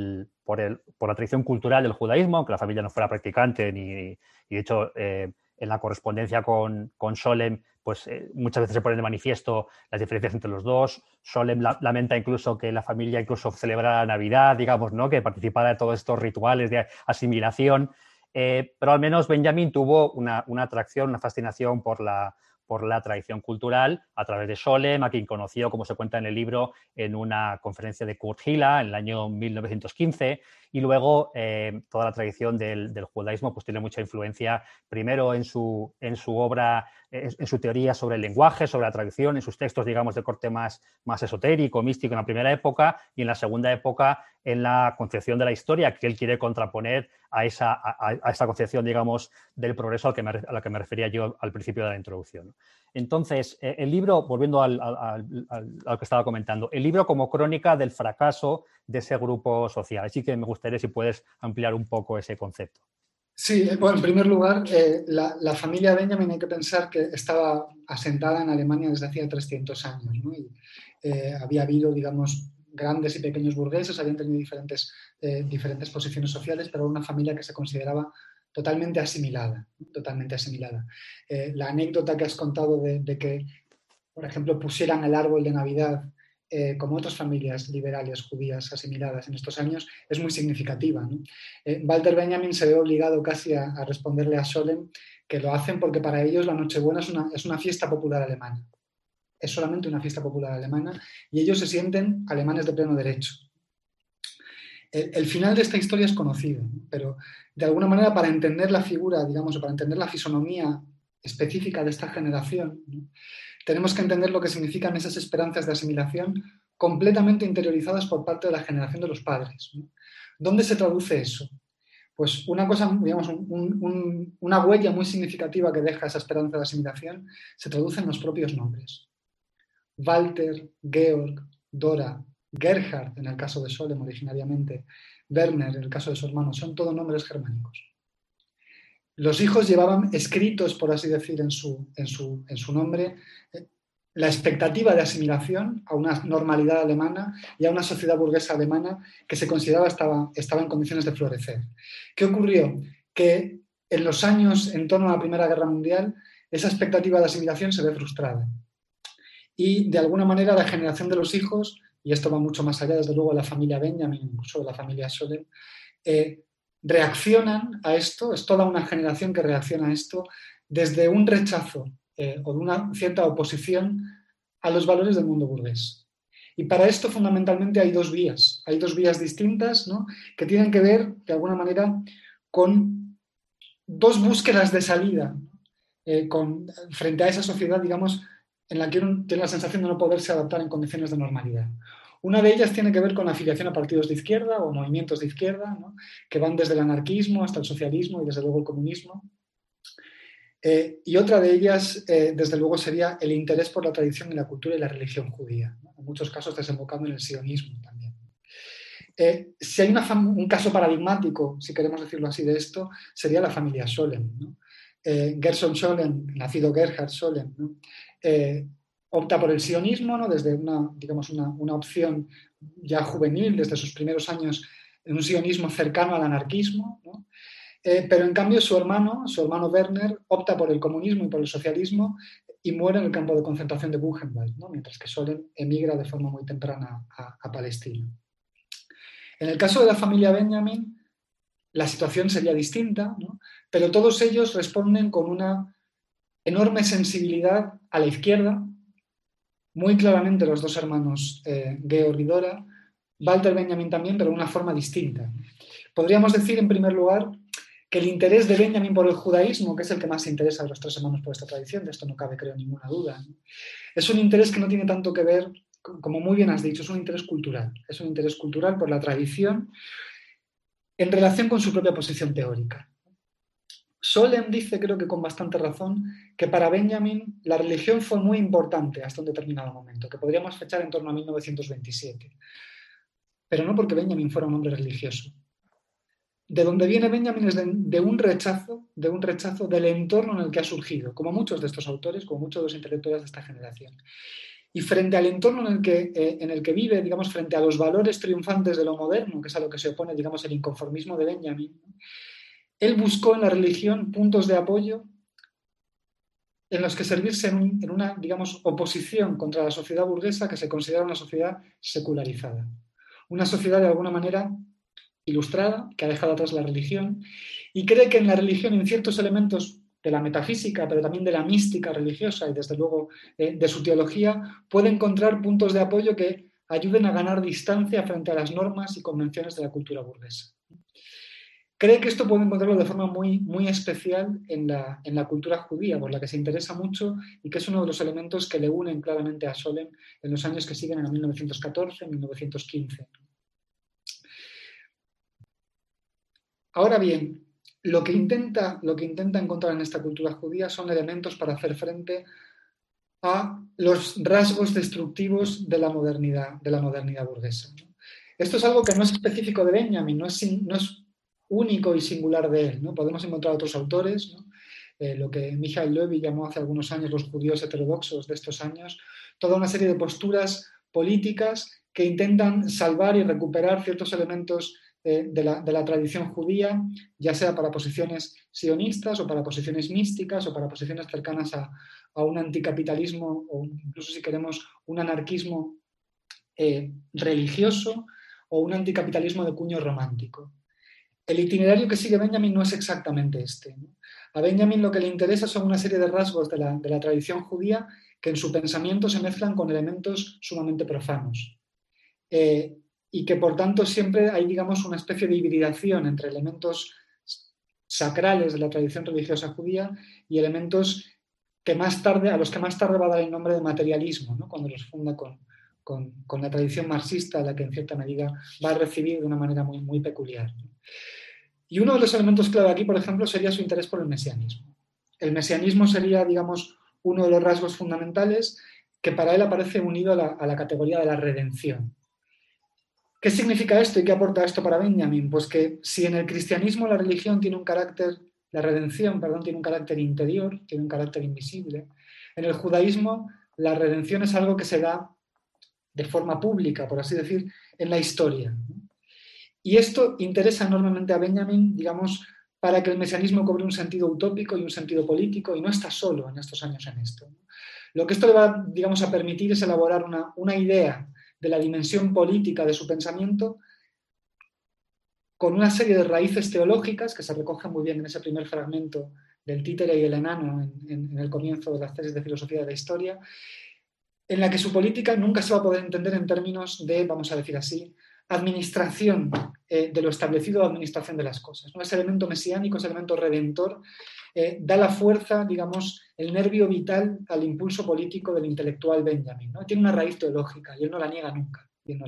la tradición cultural del judaísmo, aunque la familia no fuera practicante y de hecho en la correspondencia con Scholem, pues muchas veces se ponen de manifiesto las diferencias entre los dos. Scholem lamenta incluso que la familia incluso celebrara Navidad, digamos, ¿no? Que participara de todos estos rituales de asimilación. Pero al menos Benjamin tuvo una atracción, una fascinación por la tradición cultural a través de Scholem, a quien conoció, como se cuenta en el libro, en una conferencia de Kurt Hila en el año 1915, y luego toda la tradición del judaísmo pues tiene mucha influencia, primero en su obra, en su teoría sobre el lenguaje, sobre la tradición, en sus textos, digamos, de corte más esotérico, místico en la primera época, y en la segunda época en la concepción de la historia que él quiere contraponer a esa concepción, digamos, del progreso a la que me refería yo al principio de la introducción. Entonces, el libro, volviendo al que estaba comentando, el libro como crónica del fracaso de ese grupo social. Así que me gustaría si puedes ampliar un poco ese concepto. Sí, bueno, en primer lugar, la familia Benjamin hay que pensar que estaba asentada en Alemania desde hacía 300 años, ¿no? Y había habido, digamos, grandes y pequeños burgueses, habían tenido diferentes posiciones sociales, pero una familia que se consideraba totalmente asimilada, ¿no? Totalmente asimilada. La anécdota que has contado de que, por ejemplo, pusieran el árbol de Navidad como otras familias liberales judías asimiladas en estos años, es muy significativa, ¿no? Walter Benjamin se ve obligado casi a responderle a Scholem que lo hacen porque para ellos la Nochebuena es una fiesta popular alemana. Es solamente una fiesta popular alemana y ellos se sienten alemanes de pleno derecho. El final de esta historia es conocido, ¿no? Pero de alguna manera, para entender la figura, digamos, o para entender la fisonomía específica de esta generación, ¿no?, tenemos que entender lo que significan esas esperanzas de asimilación completamente interiorizadas por parte de la generación de los padres, ¿no? ¿Dónde se traduce eso? Pues una cosa, digamos, una huella muy significativa que deja esa esperanza de asimilación se traduce en los propios nombres. Walter, Georg, Dora, Gerhard, en el caso de Solem originariamente, Werner, en el caso de su hermano, son todos nombres germánicos. Los hijos llevaban escritos, por así decir, en su nombre, la expectativa de asimilación a una normalidad alemana y a una sociedad burguesa alemana que se consideraba estaba en condiciones de florecer. ¿Qué ocurrió? Que en los años en torno a la Primera Guerra Mundial esa expectativa de asimilación se ve frustrada. Y de alguna manera la generación de los hijos, y esto va mucho más allá desde luego de la familia Benjamin, incluso de la familia Solem, reaccionan a esto, es toda una generación que reacciona a esto desde un rechazo o de una cierta oposición a los valores del mundo burgués. Y para esto fundamentalmente hay dos vías distintas, ¿no?, que tienen que ver de alguna manera con dos búsquedas de salida frente a esa sociedad, digamos, en la que uno tiene la sensación de no poderse adaptar en condiciones de normalidad. Una de ellas tiene que ver con la afiliación a partidos de izquierda o movimientos de izquierda, ¿no?, que van desde el anarquismo hasta el socialismo y desde luego el comunismo. Y otra de ellas, desde luego, sería el interés por la tradición y la cultura y la religión judía, ¿no?, en muchos casos desembocando en el sionismo también. Si hay un caso paradigmático, si queremos decirlo así, de esto, sería la familia Solem, ¿no? Gerson Solem, nacido Gerhard Solem, ¿no?, opta por el sionismo, ¿no?, desde una opción ya juvenil, desde sus primeros años, en un sionismo cercano al anarquismo, ¿no? Pero en cambio su hermano Werner, opta por el comunismo y por el socialismo y muere en el campo de concentración de Buchenwald, ¿no?, mientras que Solem emigra de forma muy temprana a Palestina. En el caso de la familia Benjamin, la situación sería distinta, ¿no?, pero todos ellos responden con una enorme sensibilidad a la izquierda, muy claramente los dos hermanos Georg y Dora, Walter Benjamin también, pero de una forma distinta. Podríamos decir, en primer lugar, que el interés de Benjamin por el judaísmo, que es el que más interesa a los tres hermanos por esta tradición, de esto no cabe, creo, ninguna duda, ¿no?, es un interés que no tiene tanto que ver, como muy bien has dicho, es un interés cultural por la tradición en relación con su propia posición teórica. Solem dice, creo que con bastante razón, que para Benjamin la religión fue muy importante hasta un determinado momento, que podríamos fechar en torno a 1927. Pero no porque Benjamin fuera un hombre religioso. De donde viene Benjamin es de un rechazo del entorno en el que ha surgido, como muchos de estos autores, como muchos de los intelectuales de esta generación. Y frente al entorno en el que vive, digamos, frente a los valores triunfantes de lo moderno, que es a lo que se opone, digamos, el inconformismo de Benjamin, él buscó en la religión puntos de apoyo en los que servirse en una, digamos, oposición contra la sociedad burguesa que se considera una sociedad secularizada. Una sociedad, de alguna manera, ilustrada, que ha dejado atrás la religión, y cree que en la religión, en ciertos elementos de la metafísica, pero también de la mística religiosa y, desde luego, de su teología, puede encontrar puntos de apoyo que ayuden a ganar distancia frente a las normas y convenciones de la cultura burguesa. Cree que esto puede encontrarlo de forma muy, muy especial en la cultura judía, por la que se interesa mucho y que es uno de los elementos que le unen claramente a Solem en los años que siguen, en 1914, 1915. Ahora bien, lo que intenta encontrar en esta cultura judía son elementos para hacer frente a los rasgos destructivos de la modernidad burguesa. Esto es algo que no es específico de Benjamin, no es único y singular de él, ¿no? Podemos encontrar otros autores, ¿no? Lo que Michael Levy llamó hace algunos años los judíos heterodoxos de estos años, toda una serie de posturas políticas que intentan salvar y recuperar ciertos elementos de la tradición judía, ya sea para posiciones sionistas o para posiciones místicas o para posiciones cercanas a un anticapitalismo o incluso, si queremos, un anarquismo religioso o un anticapitalismo de cuño romántico. El itinerario que sigue Benjamin no es exactamente este, ¿no? A Benjamin lo que le interesa son una serie de rasgos de la tradición judía que en su pensamiento se mezclan con elementos sumamente profanos. Y que por tanto siempre hay, digamos, una especie de hibridación entre elementos sacrales de la tradición religiosa judía y elementos a los que más tarde va a dar el nombre de materialismo, ¿no? Cuando los funda con la tradición marxista, a la que en cierta medida va a recibir de una manera muy, muy peculiar, ¿no? Y uno de los elementos clave aquí, por ejemplo, sería su interés por el mesianismo. El mesianismo sería, digamos, uno de los rasgos fundamentales que para él aparece unido a la categoría de la redención. ¿Qué significa esto y qué aporta esto para Benjamin? Pues que si en el cristianismo la redención tiene un carácter interior, tiene un carácter invisible, en el judaísmo la redención es algo que se da de forma pública, por así decir, en la historia. Y esto interesa enormemente a Benjamin, digamos, para que el mesianismo cobre un sentido utópico y un sentido político, y no está solo en estos años en esto. Lo que esto le va, digamos, a permitir es elaborar una idea de la dimensión política de su pensamiento con una serie de raíces teológicas que se recogen muy bien en ese primer fragmento del títere y el enano en el comienzo de las tesis de filosofía de la historia, en la que su política nunca se va a poder entender en términos de, vamos a decir así, administración de lo establecido o administración de las cosas, ¿no? Ese elemento mesiánico, ese elemento redentor, da la fuerza, digamos, el nervio vital al impulso político del intelectual Benjamin, ¿no? Tiene una raíz teológica y él no la niega nunca.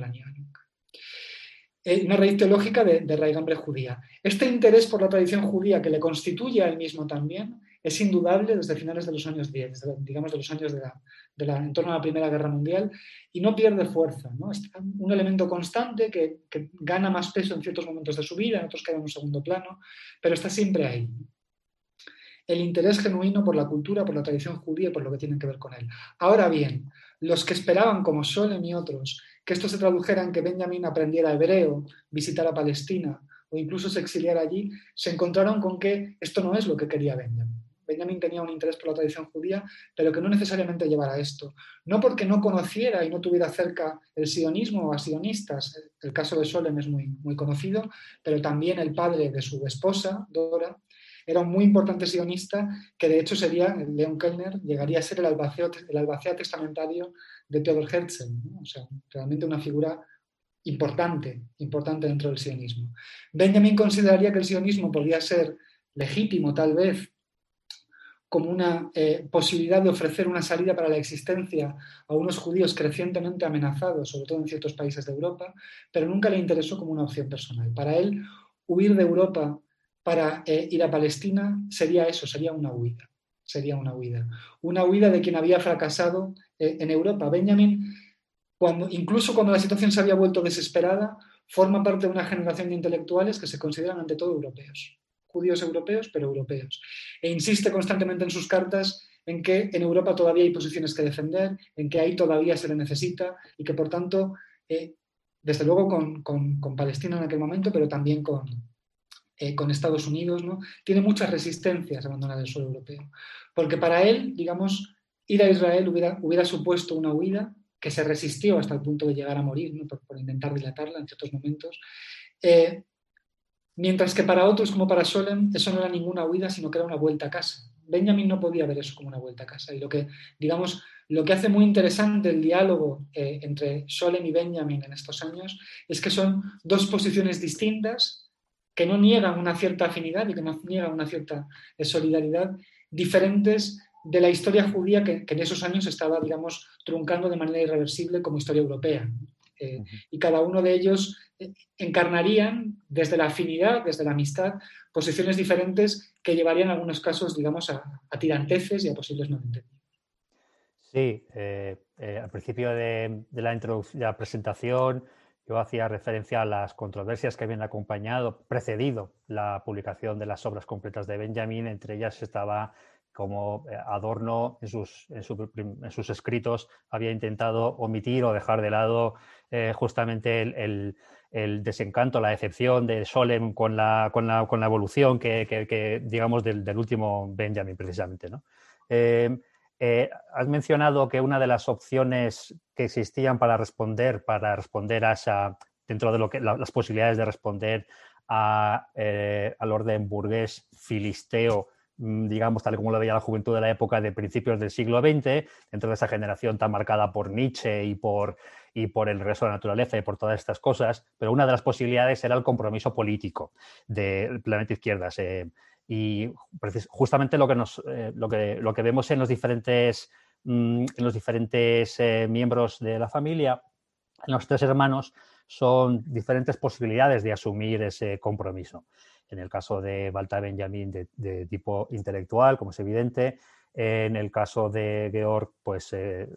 Una raíz teológica de raigambre judía. Este interés por la tradición judía que le constituye a él mismo también es indudable desde finales de los años 10, digamos de los años en torno a la Primera Guerra Mundial, y no pierde fuerza, ¿no? Es un elemento constante que gana más peso en ciertos momentos de su vida, en otros queda en un segundo plano, pero está siempre ahí. El interés genuino por la cultura, por la tradición judía y por lo que tiene que ver con él. Ahora bien, los que esperaban, como Scholem y otros, que esto se tradujera en que Benjamin aprendiera hebreo, visitara Palestina o incluso se exiliara allí, se encontraron con que esto no es lo que quería Benjamin. Benjamin tenía un interés por la tradición judía, pero que no necesariamente llevara a esto. No porque no conociera y no tuviera cerca el sionismo o a sionistas. El caso de Scholem es muy, muy conocido, pero también el padre de su esposa, Dora, era un muy importante sionista que de hecho sería, Leon Kellner, llegaría a ser el albacea testamentario de Theodor Herzl, ¿no? O sea, realmente una figura importante dentro del sionismo. Benjamin consideraría que el sionismo podía ser legítimo tal vez como una posibilidad de ofrecer una salida para la existencia a unos judíos crecientemente amenazados, sobre todo en ciertos países de Europa, pero nunca le interesó como una opción personal. Para él, huir de Europa para ir a Palestina sería eso, sería una huida. Una huida de quien había fracasado en Europa. Benjamin, incluso cuando la situación se había vuelto desesperada, forma parte de una generación de intelectuales que se consideran ante todo europeos. Judíos europeos, pero europeos. E insiste constantemente en sus cartas en que en Europa todavía hay posiciones que defender, en que ahí todavía se le necesita y que, por tanto, desde luego con Palestina en aquel momento, pero también con Estados Unidos, ¿no? Tiene muchas resistencias a abandonar el suelo europeo. Porque para él, digamos, ir a Israel hubiera supuesto una huida que se resistió hasta el punto de llegar a morir, ¿no? por intentar dilatarla en ciertos momentos. Mientras que para otros, como para Scholem, eso no era ninguna huida, sino que era una vuelta a casa. Benjamin no podía ver eso como una vuelta a casa. Y lo que hace muy interesante el diálogo entre Scholem y Benjamin en estos años es que son dos posiciones distintas que no niegan una cierta afinidad y que no niegan una cierta solidaridad, diferentes de la historia judía que en esos años estaba, digamos, truncando de manera irreversible como historia europea. Y cada uno de ellos encarnarían desde la afinidad, desde la amistad, posiciones diferentes que llevarían en algunos casos, digamos, a tiranteces y a posibles malentendidos. Sí, al principio de la introducción, de la presentación, yo hacía referencia a las controversias que habían precedido la publicación de las obras completas de Benjamin. Entre ellas estaba como Adorno en sus escritos había intentado omitir o dejar de lado justamente el desencanto, la decepción de Scholem con la evolución que digamos del último Benjamin precisamente, ¿no? Has mencionado que una de las opciones que existían para responder a esa, dentro de lo que las posibilidades de responder al orden burgués filisteo, digamos, tal como lo veía la juventud de la época de principios del siglo XX, dentro de esa generación tan marcada por Nietzsche y por el regreso a la naturaleza y por todas estas cosas, pero una de las posibilidades era el compromiso político del planeta izquierdas. Y justamente lo que vemos en los diferentes miembros de la familia, en los 3 hermanos, son diferentes posibilidades de asumir ese compromiso. En el caso de Walter Benjamin, de tipo intelectual, como es evidente. En el caso de Georg, pues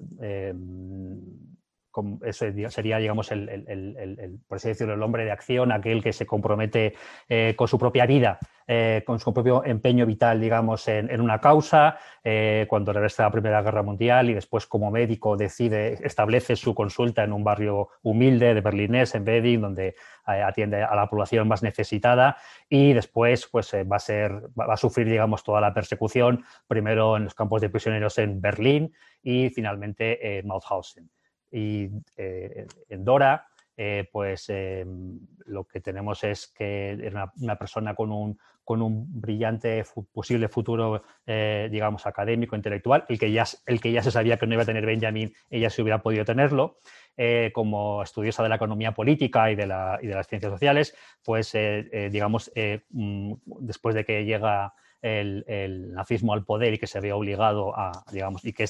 eso sería, digamos, por así decirlo, el hombre de acción, aquel que se compromete con su propia vida, con su propio empeño vital, digamos, en una causa, cuando regresa la Primera Guerra Mundial y después, como médico, establece su consulta en un barrio humilde de berlinés, en Wedding, donde atiende a la población más necesitada, y después pues, va a sufrir, digamos, toda la persecución, primero en los campos de prisioneros en Berlín y finalmente en Mauthausen. Y en Dora, lo que tenemos es que era una persona con un brillante posible futuro, digamos, académico, intelectual, el que ya se sabía que no iba a tener Benjamin, ella sí hubiera podido tenerlo. Como estudiosa de la economía política y de las ciencias sociales, pues, digamos, después de que llega el nazismo al poder y que se ve obligado a, digamos, y que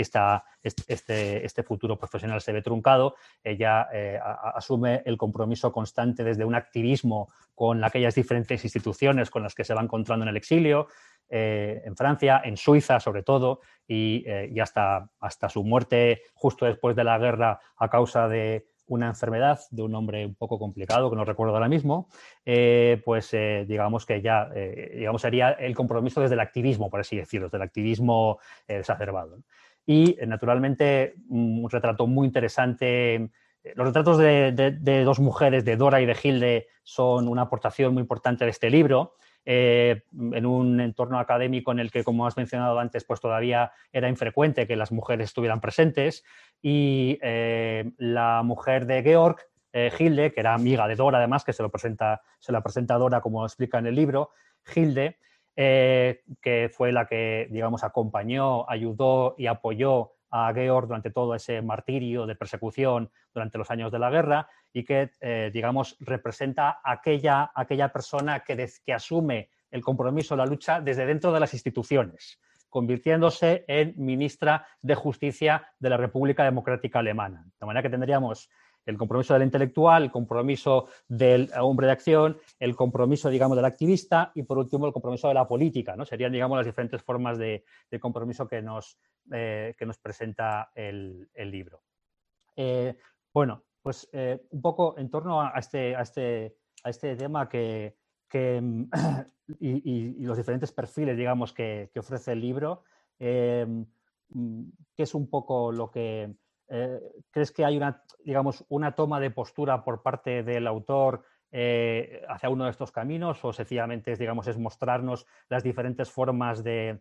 este futuro profesional se ve truncado, ella asume el compromiso constante desde un activismo con aquellas diferentes instituciones con las que se va encontrando en el exilio, en Francia, en Suiza sobre todo, y hasta su muerte justo después de la guerra a causa de una enfermedad de un hombre un poco complicado, que no recuerdo ahora mismo, digamos que ya sería el compromiso desde el activismo, por así decirlo, desde el activismo exacerbado, ¿no? Y, naturalmente, un retrato muy interesante. Los retratos de 2 mujeres, de Dora y de Hilde, son una aportación muy importante de este libro. En un entorno académico en el que, como has mencionado antes, pues todavía era infrecuente que las mujeres estuvieran presentes, y la mujer de Georg, Hilde, que era amiga de Dora, además, que se la presenta Dora, como explica en el libro. Hilde, que fue la que, digamos, acompañó, ayudó y apoyó a Georg durante todo ese martirio de persecución durante los años de la guerra, y que, digamos, representa aquella persona que asume el compromiso, la lucha desde dentro de las instituciones, convirtiéndose en ministra de Justicia de la República Democrática Alemana. De manera que tendríamos el compromiso del intelectual, el compromiso del hombre de acción, el compromiso, digamos, del activista, y por último el compromiso de la política, ¿no? Serían, digamos, las diferentes formas de compromiso que nos presenta el libro. Bueno, pues un poco en torno a este tema y los diferentes perfiles, digamos, que ofrece el libro, ¿qué es un poco lo que crees que hay una toma de postura por parte del autor hacia uno de estos caminos, o sencillamente es mostrarnos las diferentes formas de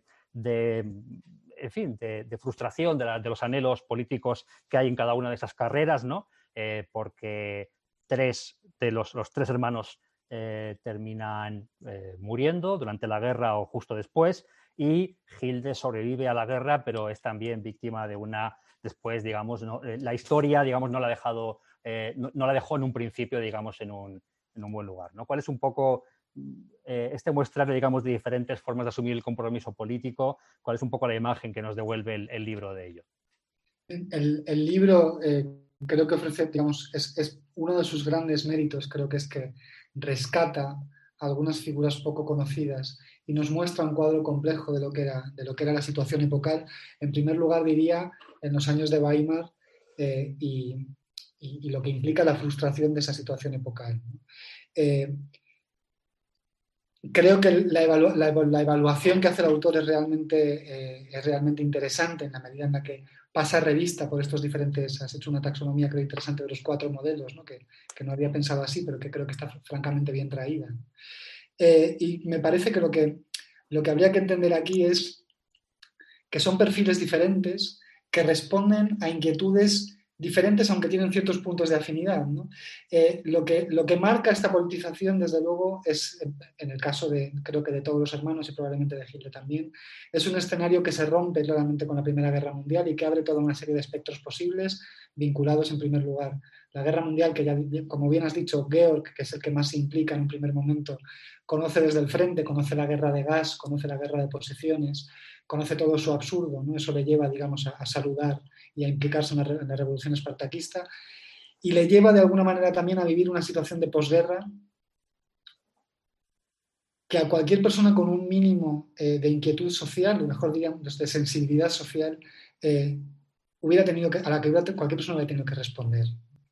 frustración de los anhelos políticos que hay en cada una de esas carreras, ¿no? Porque los 3 hermanos terminan muriendo durante la guerra o justo después, y Hilde sobrevive a la guerra, pero es también víctima de después, digamos, ¿no? La historia, digamos, no la dejó en un principio, digamos, en un buen lugar, ¿no? ¿Cuál es un poco muestrarle, digamos, de diferentes formas de asumir el compromiso político? ¿Cuál es un poco la imagen que nos devuelve el libro de ello? El libro creo que ofrece, digamos, es uno de sus grandes méritos, creo que es que rescata algunas figuras poco conocidas y nos muestra un cuadro complejo de lo que era la situación epocal. En primer lugar, diría, en los años de Weimar y lo que implica la frustración de esa situación epocal, ¿no? Creo que la evaluación que hace el autor es realmente interesante, en la medida en la que pasa revista por estos diferentes. Has hecho una taxonomía, creo, interesante de los 4 modelos, ¿no? Que no había pensado así, pero que creo que está francamente bien traída. Y me parece que lo que habría que entender aquí es que son perfiles diferentes que responden a inquietudes diferentes, aunque tienen ciertos puntos de afinidad, ¿no? Lo que marca esta politización, desde luego, es, en el caso creo que de Todos los Hermanos y probablemente de Hilde también, es un escenario que se rompe claramente con la Primera Guerra Mundial y que abre toda una serie de espectros posibles vinculados, en primer lugar, la Guerra Mundial, que ya, como bien has dicho, Georg, que es el que más se implica en un primer momento, conoce desde el frente, conoce la guerra de gas, conoce la guerra de posiciones, conoce todo su absurdo, ¿no? Eso le lleva, digamos, a saludar y a implicarse en la revolución espartaquista, y le lleva de alguna manera también a vivir una situación de posguerra que a cualquier persona con un mínimo de inquietud social, o mejor digamos, de sensibilidad social, a la que cualquier persona hubiera tenido que responder.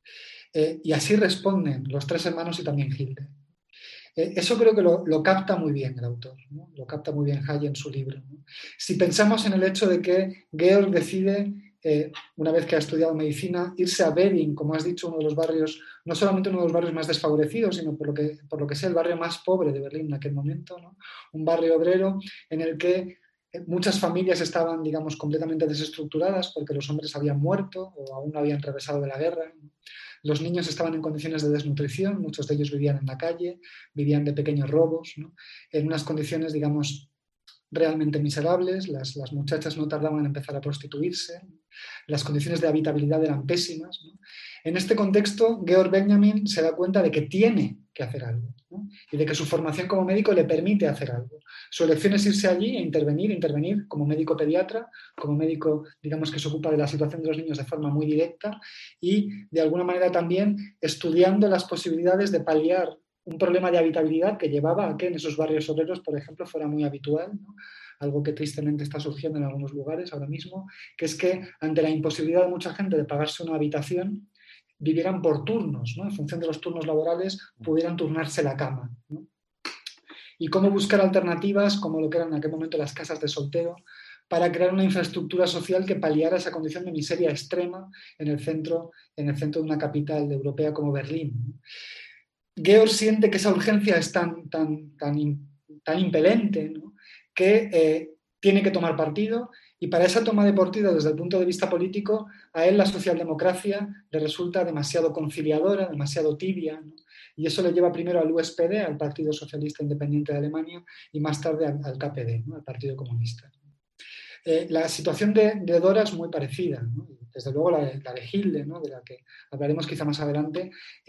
Y así responden los tres hermanos y también Hilde. Eso creo que lo capta muy bien el autor, ¿no? Lo capta muy bien Haye en su libro, ¿no? Si pensamos en el hecho de que Georg decide, una vez que ha estudiado medicina, irse a Wedding, como has dicho, uno de los barrios, no solamente uno de los barrios más desfavorecidos, sino por lo que sea el barrio más pobre de Berlín en aquel momento, ¿no? Un barrio obrero en el que muchas familias estaban, digamos, completamente desestructuradas porque los hombres habían muerto o aún no habían regresado de la guerra, ¿no? Los niños estaban en condiciones de desnutrición, muchos de ellos vivían en la calle, vivían de pequeños robos, ¿no? En unas condiciones, digamos, realmente miserables. Las muchachas no tardaban en empezar a prostituirse, las condiciones de habitabilidad eran pésimas, ¿no? En este contexto, Georg Benjamin se da cuenta de que tiene que hacer algo, ¿no? Y de que su formación como médico le permite hacer algo. Su elección es irse allí e intervenir como médico pediatra, como médico, digamos, que se ocupa de la situación de los niños de forma muy directa y, de alguna manera, también estudiando las posibilidades de paliar un problema de habitabilidad que llevaba a que en esos barrios obreros, por ejemplo, fuera muy habitual, ¿no? Algo que tristemente está surgiendo en algunos lugares ahora mismo, que es que ante la imposibilidad de mucha gente de pagarse una habitación, vivieran por turnos, ¿no? En función de los turnos laborales, pudieran turnarse la cama, ¿no? Y cómo buscar alternativas, como lo que eran en aquel momento las casas de soltero, para crear una infraestructura social que paliara esa condición de miseria extrema en el centro de una capital europea como Berlín, ¿no? Georg siente que esa urgencia es tan impelente, ¿no? Que tiene que tomar partido, y para esa toma de partido desde el punto de vista político, a él la socialdemocracia le resulta demasiado conciliadora, demasiado tibia, ¿no? Y eso le lleva primero al USPD, al Partido Socialista Independiente de Alemania, y más tarde al KPD, ¿no? Al Partido Comunista. La situación de Dora es muy parecida, ¿no? Desde luego la de Hilde, ¿no? De la que hablaremos quizá más adelante.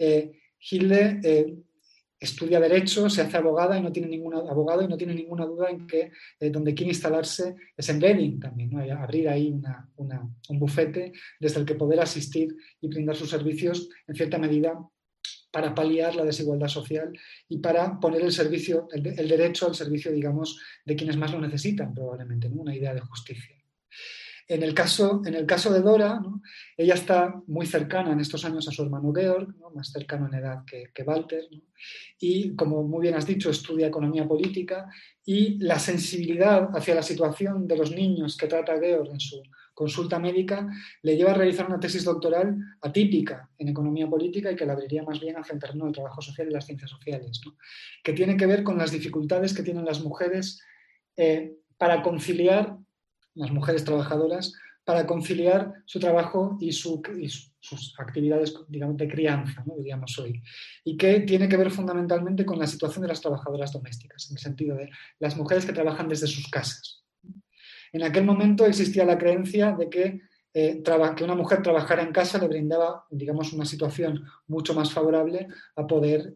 Hilde estudia Derecho, se hace abogado y no tiene ninguna duda en que donde quiere instalarse es en Wedding también, ¿no? Abrir ahí un bufete desde el que poder asistir y brindar sus servicios en cierta medida para paliar la desigualdad social y para poner el derecho al servicio, digamos, de quienes más lo necesitan, probablemente, ¿no? Una idea de justicia. En el caso de Dora, ¿no? Ella está muy cercana en estos años a su hermano Georg, ¿no? Más cercano en edad que Walter, ¿no? Y, como muy bien has dicho, estudia economía política, y la sensibilidad hacia la situación de los niños que trata Georg en su consulta médica le lleva a realizar una tesis doctoral atípica en economía política y que la abriría más bien hacia el terreno del trabajo social y las ciencias sociales, ¿no? Que tiene que ver con las dificultades que tienen las mujeres para conciliar, las mujeres trabajadoras, para conciliar su trabajo y sus actividades, digamos, de crianza, ¿no? Diríamos hoy, y que tiene que ver fundamentalmente con la situación de las trabajadoras domésticas, en el sentido de las mujeres que trabajan desde sus casas. En aquel momento existía la creencia de que una mujer trabajara en casa le brindaba, digamos, una situación mucho más favorable a poder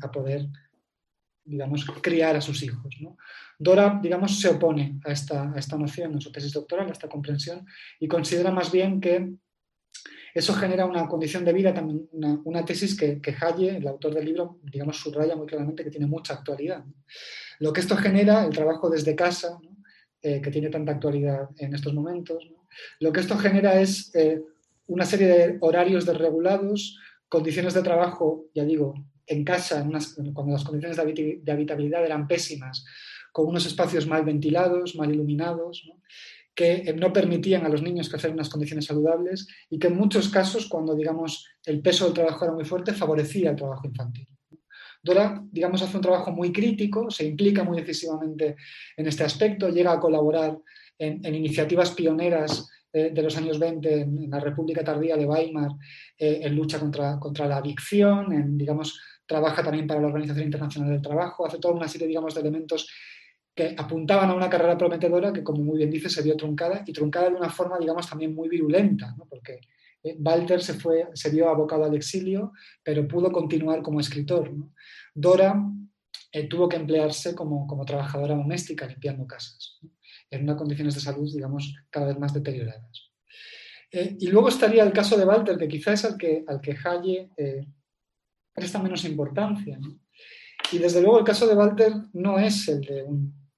digamos, criar a sus hijos, ¿no? Dora, digamos, se opone a esta noción en su tesis doctoral, a esta comprensión, y considera más bien que eso genera una condición de vida, también una tesis que Haye, el autor del libro, digamos, subraya muy claramente que tiene mucha actualidad, ¿no? Lo que esto genera, el trabajo desde casa, ¿no? Que tiene tanta actualidad en estos momentos, ¿no? Lo que esto genera es una serie de horarios desregulados, condiciones de trabajo, ya digo, en casa, cuando las condiciones de habitabilidad eran pésimas, con unos espacios mal ventilados, mal iluminados, ¿no? Que no permitían a los niños crecer en unas condiciones saludables, y que en muchos casos, cuando, digamos, el peso del trabajo era muy fuerte, favorecía el trabajo infantil. Dora, digamos, hace un trabajo muy crítico, se implica muy decisivamente en este aspecto, llega a colaborar en iniciativas pioneras de los años 20 en la República Tardía de Weimar, en lucha contra la adicción, digamos, trabaja también para la Organización Internacional del Trabajo, hace toda una serie, digamos, de elementos que apuntaban a una carrera prometedora que, como muy bien dice, se vio truncada, y truncada de una forma, digamos, también muy virulenta, ¿no? Porque Walter se vio abocado al exilio, pero pudo continuar como escritor, ¿no? Dora tuvo que emplearse como trabajadora doméstica, limpiando casas, ¿no? En unas condiciones de salud, digamos, cada vez más deterioradas. Y luego estaría el caso de Walter, que quizás es al que Halle presta menos importancia, ¿no? Y desde luego el caso de Walter no es el de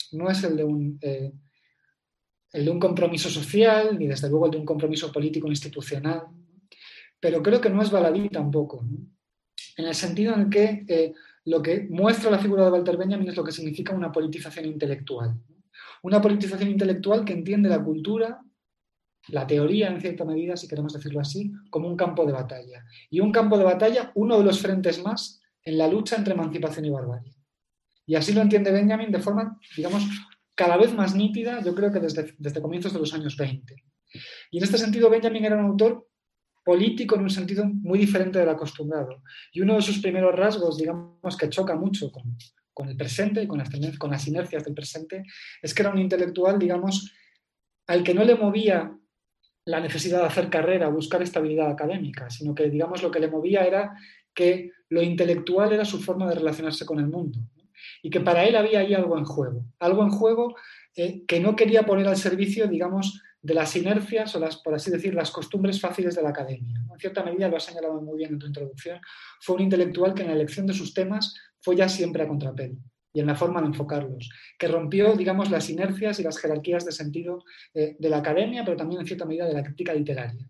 un compromiso social, ni desde luego el de un compromiso político institucional, pero creo que no es baladí tampoco, ¿no? En el sentido en el que lo que muestra la figura de Walter Benjamin es lo que significa una politización intelectual, ¿no? Una politización intelectual que entiende la cultura, la teoría en cierta medida, si queremos decirlo así, como un campo de batalla. Y un campo de batalla, uno de los frentes más en la lucha entre emancipación y barbarie. Y así lo entiende Benjamin de forma, digamos, cada vez más nítida, yo creo que desde comienzos de los años 20. Y en este sentido Benjamin era un autor político en un sentido muy diferente del acostumbrado. Y uno de sus primeros rasgos, digamos, que choca mucho con el presente y con las inercias del presente, es que era un intelectual, digamos, al que no le movía la necesidad de hacer carrera, buscar estabilidad académica, sino que, digamos, lo que le movía era que lo intelectual era su forma de relacionarse con el mundo, ¿no? Y que para él había ahí algo en juego que no quería poner al servicio, digamos, de las inercias o por así decir, las costumbres fáciles de la academia, ¿no? En cierta medida, lo has señalado muy bien en tu introducción, fue un intelectual que en la elección de sus temas fue ya siempre a contrapelo y en la forma de enfocarlos, que rompió, digamos, las inercias y las jerarquías de sentido de la academia, pero también en cierta medida de la crítica literaria.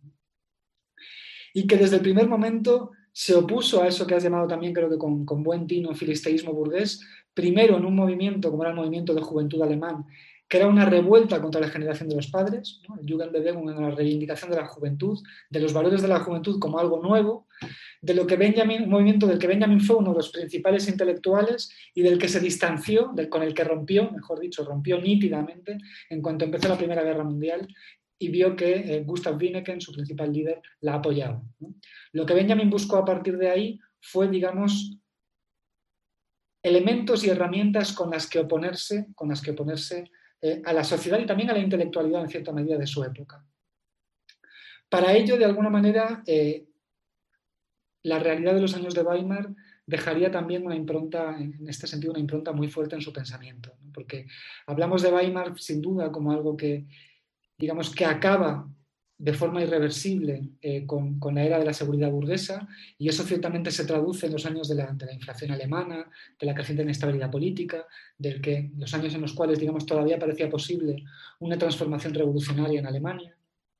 Y que desde el primer momento se opuso a eso que has llamado también, creo que con buen tino, filisteísmo burgués, primero en un movimiento como era el movimiento de juventud alemán, que era una revuelta contra la generación de los padres, ¿no? El Jugendbewegung, una reivindicación de la juventud, de los valores de la juventud como algo nuevo, de lo que un movimiento del que Benjamin fue uno de los principales intelectuales y del que se distanció, con el que rompió nítidamente en cuanto empezó la Primera Guerra Mundial y vio que Gustav Winneken, su principal líder, la apoyaba, ¿no? Lo que Benjamin buscó a partir de ahí fue, digamos, elementos y herramientas con las que oponerse a la sociedad y también a la intelectualidad en cierta medida de su época. Para ello, de alguna manera, la realidad de los años de Weimar dejaría también una impronta, en este sentido, una impronta muy fuerte en su pensamiento, ¿no? Porque hablamos de Weimar sin duda como algo que, digamos, que acaba de forma irreversible con la era de la seguridad burguesa, y eso ciertamente se traduce en los años de la inflación alemana, de la creciente inestabilidad política, los años en los cuales, digamos, todavía parecía posible una transformación revolucionaria en Alemania.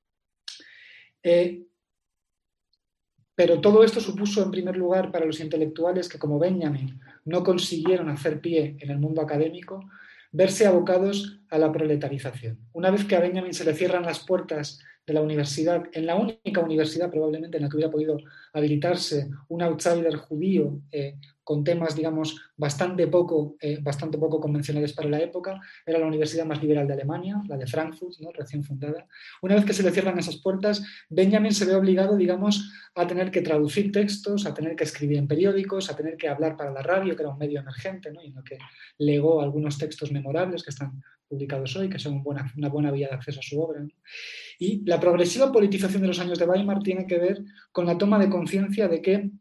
Pero todo esto supuso, en primer lugar, para los intelectuales que, como Benjamin, no consiguieron hacer pie en el mundo académico, verse abocados a la proletarización. Una vez que a Benjamin se le cierran las puertas de la universidad, en la única universidad probablemente en la que hubiera podido habilitarse un outsider judío con temas, digamos, bastante poco convencionales para la época, era la universidad más liberal de Alemania, la de Frankfurt, ¿no? Recién fundada. Una vez que se le cierran esas puertas, Benjamin se ve obligado, digamos, a tener que traducir textos, a tener que escribir en periódicos, a tener que hablar para la radio, que era un medio emergente, ¿no? Y en lo que legó algunos textos memorables que están publicados hoy, que son una buena vía de acceso a su obra, ¿no? Y la progresiva politización de los años de Weimar tiene que ver con la toma de conciencia de que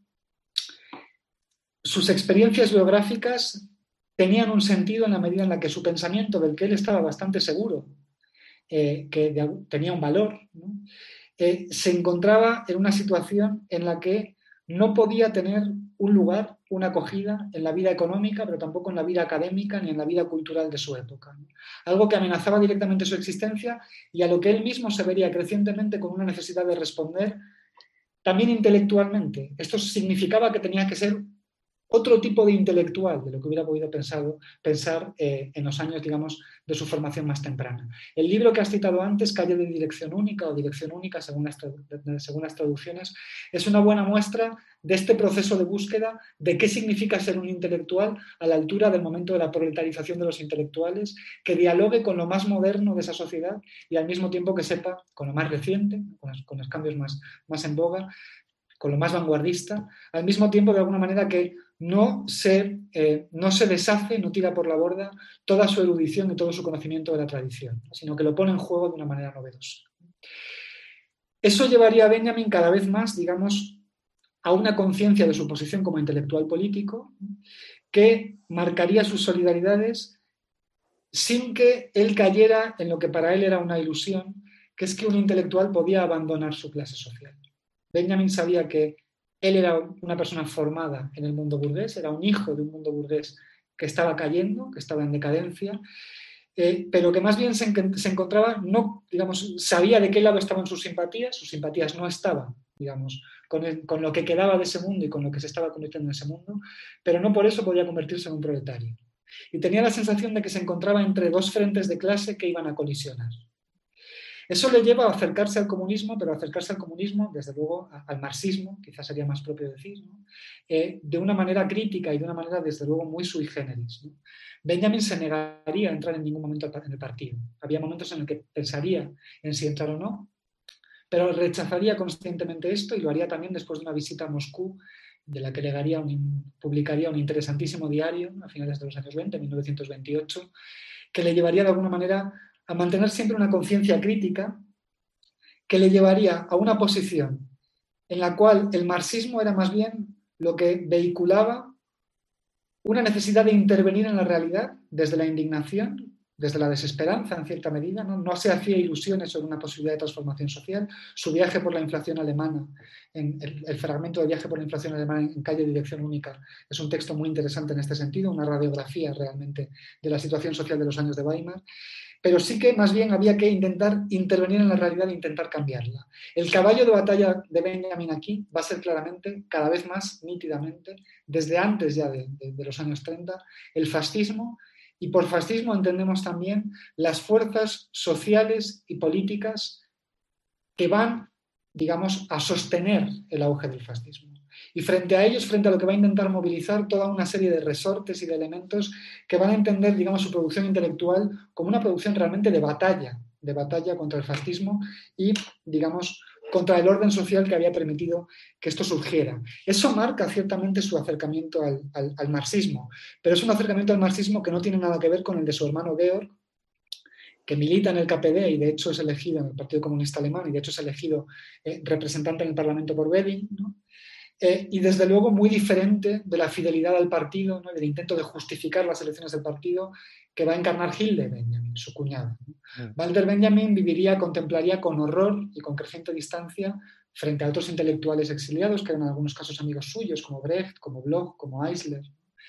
sus experiencias biográficas tenían un sentido en la medida en la que su pensamiento, del que él estaba bastante seguro, que tenía un valor, ¿no? Se encontraba en una situación en la que no podía tener un lugar, una acogida en la vida económica, pero tampoco en la vida académica ni en la vida cultural de su época, ¿no? Algo que amenazaba directamente su existencia y a lo que él mismo se vería crecientemente con una necesidad de responder también intelectualmente. Esto significaba que tenía que ser otro tipo de intelectual de lo que hubiera podido pensar en los años, digamos, de su formación más temprana. El libro que has citado antes, Calle de Dirección Única o Dirección Única, según las traducciones, es una buena muestra de este proceso de búsqueda de qué significa ser un intelectual a la altura del momento de la proletarización de los intelectuales, que dialogue con lo más moderno de esa sociedad y al mismo tiempo que sepa, con lo más reciente, con los cambios más en boga, con lo más vanguardista, al mismo tiempo de alguna manera que no se deshace, no tira por la borda toda su erudición y todo su conocimiento de la tradición, sino que lo pone en juego de una manera novedosa. Eso llevaría a Benjamin cada vez más, digamos, a una conciencia de su posición como intelectual político que marcaría sus solidaridades sin que él cayera en lo que para él era una ilusión, que es que un intelectual podía abandonar su clase social. Benjamin sabía que él era una persona formada en el mundo burgués, era un hijo de un mundo burgués que estaba cayendo, que estaba en decadencia, pero que más bien se encontraba, no, digamos, sabía de qué lado estaban sus simpatías no estaban, digamos, con lo que quedaba de ese mundo y con lo que se estaba convirtiendo en ese mundo, pero no por eso podía convertirse en un proletario. Y tenía la sensación de que se encontraba entre dos frentes de clase que iban a colisionar. Eso le lleva a acercarse al comunismo, pero a acercarse al comunismo, desde luego, al marxismo, quizás sería más propio decir, ¿no? De una manera crítica y de una manera, desde luego, muy sui generis, ¿no? Benjamin se negaría a entrar en ningún momento en el partido. Había momentos en los que pensaría en si entrar o no, pero rechazaría conscientemente esto y lo haría también después de una visita a Moscú, de la que publicaría un interesantísimo diario a finales de los años 20, 1928, que le llevaría de alguna manera a mantener siempre una conciencia crítica, que le llevaría a una posición en la cual el marxismo era más bien lo que vehiculaba una necesidad de intervenir en la realidad desde la indignación, desde la desesperanza en cierta medida, no se hacía ilusiones sobre una posibilidad de transformación social. Su viaje por la inflación alemana, el fragmento de Viaje por la inflación alemana en Calle de Dirección Única, es un texto muy interesante en este sentido, una radiografía realmente de la situación social de los años de Weimar, pero sí que más bien había que intentar intervenir en la realidad e intentar cambiarla. El caballo de batalla de Benjamin aquí va a ser claramente, cada vez más nítidamente, desde antes ya de los años 30, el fascismo, y por fascismo entendemos también las fuerzas sociales y políticas que van, digamos, a sostener el auge del fascismo. Y frente a ellos, frente a lo que va a intentar movilizar toda una serie de resortes y de elementos que van a entender, digamos, su producción intelectual como una producción realmente de batalla contra el fascismo y, digamos, contra el orden social que había permitido que esto surgiera. Eso marca ciertamente su acercamiento al marxismo, pero es un acercamiento al marxismo que no tiene nada que ver con el de su hermano Georg, que milita en el KPD y de hecho es elegido en el Partido Comunista Alemán y de hecho es elegido representante en el Parlamento por Weding, ¿no? Y desde luego muy diferente de la fidelidad al partido, ¿no? Del intento de justificar las elecciones del partido que va a encarnar Hilde Benjamin, su cuñada, ¿no? Walter Benjamin contemplaría con horror y con creciente distancia frente a otros intelectuales exiliados que eran en algunos casos amigos suyos, como Brecht, como Bloch, como Eisler,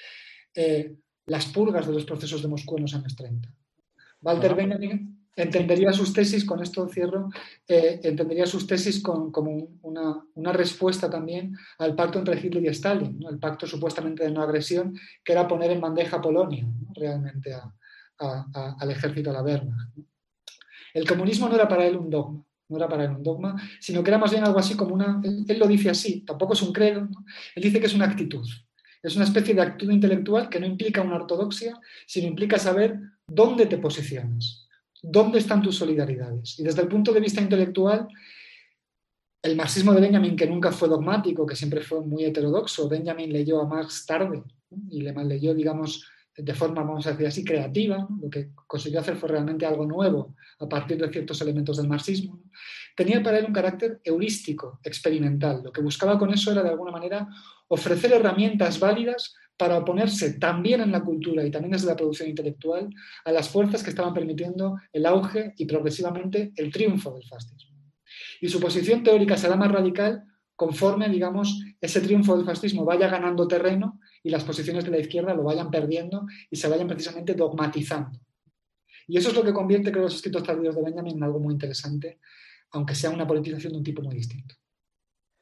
las purgas de los procesos de Moscú en los años 30. Walter Benjamin entendería sus tesis, con esto cierro, entendería sus tesis como una respuesta también al pacto entre Hitler y Stalin, ¿no? El pacto supuestamente de no agresión, que era poner en bandeja a Polonia, ¿no? Realmente al ejército, a la Wehrmacht, ¿no? El comunismo no era para él un dogma, sino que era más bien algo así como él lo dice así, tampoco es un credo, ¿no? Él dice que es una actitud. Es una especie de actitud intelectual que no implica una ortodoxia, sino implica saber dónde te posicionas, dónde están tus solidaridades. Y desde el punto de vista intelectual, el marxismo de Benjamin, que nunca fue dogmático, que siempre fue muy heterodoxo, Benjamin leyó a Marx tarde, ¿no? Y le leyó, digamos, de forma, vamos a decir así, creativa, ¿no? Lo que consiguió hacer fue realmente algo nuevo a partir de ciertos elementos del marxismo, ¿no? Tenía para él un carácter heurístico, experimental. Lo que buscaba con eso era, de alguna manera, ofrecer herramientas válidas para oponerse también en la cultura y también desde la producción intelectual a las fuerzas que estaban permitiendo el auge y progresivamente el triunfo del fascismo. Y su posición teórica será más radical conforme, digamos, ese triunfo del fascismo vaya ganando terreno y las posiciones de la izquierda lo vayan perdiendo y se vayan precisamente dogmatizando. Y eso es lo que convierte, creo, los escritos tardíos de Benjamin en algo muy interesante, aunque sea una politización de un tipo muy distinto.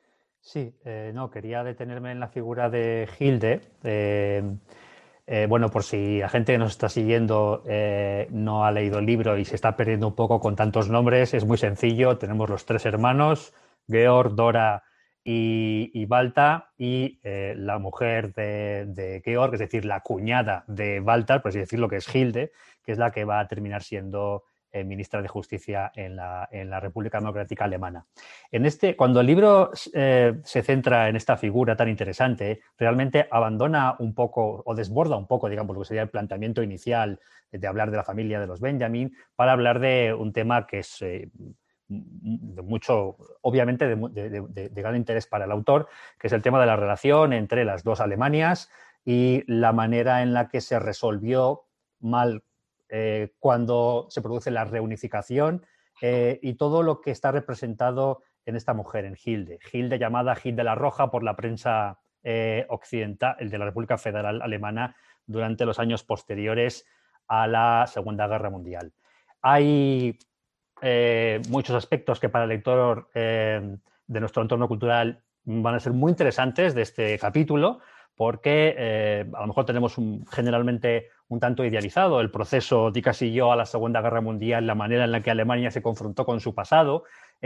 Sí, no, quería detenerme en la figura de Hilde. Bueno, por si la gente que nos está siguiendo no ha leído el libro y se está perdiendo un poco con tantos nombres, es muy sencillo. Tenemos los 3 hermanos, Georg, Dora y Balta, y la mujer de Georg, es decir, la cuñada de Balta, por así decirlo, que es Hilde, que es la que va a terminar siendo ministra de Justicia en la República Democrática Alemana. Cuando el libro se centra en esta figura tan interesante, realmente abandona un poco o desborda un poco, digamos, lo que sería el planteamiento inicial de hablar de la familia de los Benjamin para hablar de un tema que es de mucho, obviamente, de gran interés para el autor, que es el tema de la relación entre las dos Alemanias y la manera en la que se resolvió mal cuando se produce la reunificación y todo lo que está representado en esta mujer, en Hilde. Hilde, llamada Hilde la Roja por la prensa occidental, el de la República Federal Alemana, durante los años posteriores a la Segunda Guerra Mundial. Hay muchos aspectos que para el lector de nuestro entorno cultural van a ser muy interesantes de este capítulo, porque a lo mejor tenemos generalmente un tanto idealizado el proceso de casi yo a la Segunda Guerra Mundial, la manera en la que Alemania se confrontó con su pasado.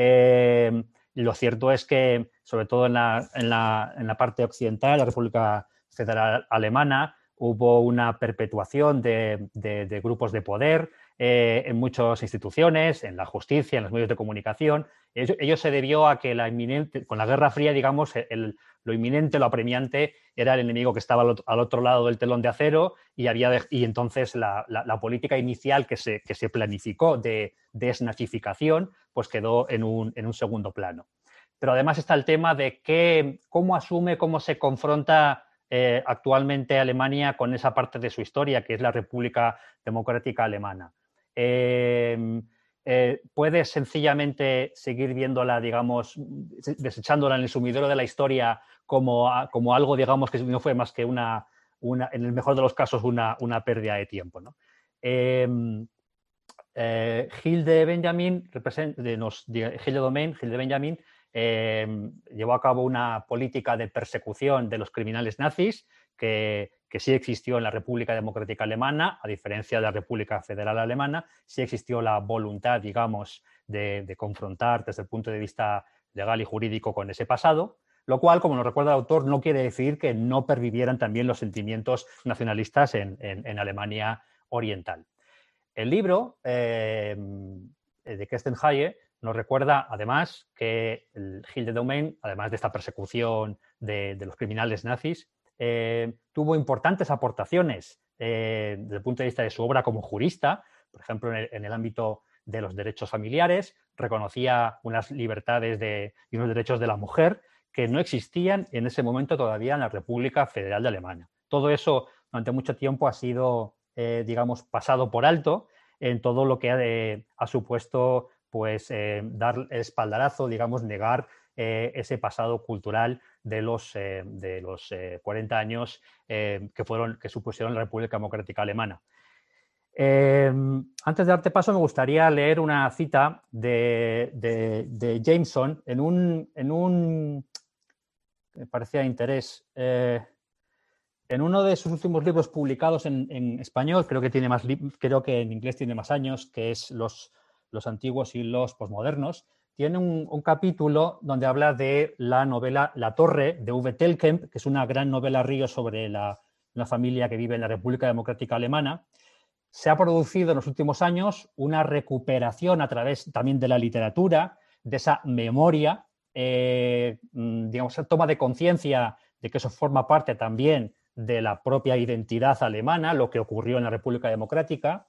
Lo cierto es que, sobre todo en la parte occidental, la República Federal Alemana, hubo una perpetuación de grupos de poder en muchas instituciones, en la justicia, en los medios de comunicación. Ello se debió a que con la Guerra Fría, digamos, lo inminente, lo apremiante, era el enemigo que estaba al otro lado del telón de acero y entonces la política inicial que se planificó de desnazificación pues quedó en un segundo plano. Pero además está el tema de cómo se confronta actualmente Alemania con esa parte de su historia, que es la República Democrática Alemana. Puedes sencillamente seguir viéndola, digamos, desechándola en el sumidero de la historia como algo, digamos, que no fue más que en el mejor de los casos, una pérdida de tiempo, ¿no? Hilde Benjamin, Hilde Benjamin llevó a cabo una política de persecución de los criminales nazis que sí existió en la República Democrática Alemana, a diferencia de la República Federal Alemana. Sí existió la voluntad, digamos, de confrontar desde el punto de vista legal y jurídico con ese pasado, lo cual, como nos recuerda el autor, no quiere decir que no pervivieran también los sentimientos nacionalistas en Alemania oriental. El libro de Kerstin Haye nos recuerda, además, que el Hilde Domain, además de esta persecución de los criminales nazis, tuvo importantes aportaciones desde el punto de vista de su obra como jurista, por ejemplo, en el ámbito de los derechos familiares, reconocía unas libertades y unos derechos de la mujer que no existían en ese momento todavía en la República Federal de Alemania. Todo eso durante mucho tiempo ha sido, digamos, pasado por alto en todo lo que ha supuesto pues, dar el espaldarazo, digamos, negar ese pasado cultural de los 40 años que supusieron la República Democrática Alemana. Antes de darte paso, me gustaría leer una cita de Jameson en un me parecía de interés. En uno de sus últimos libros publicados en español, creo que en inglés tiene más años, que es Los antiguos y los posmodernos, tiene un capítulo donde habla de la novela La Torre, de Uwe Telkamp, que es una gran novela río sobre una familia que vive en la República Democrática Alemana. Se ha producido en los últimos años una recuperación a través también de la literatura, de esa memoria, digamos, toma de conciencia de que eso forma parte también de la propia identidad alemana, lo que ocurrió en la República Democrática,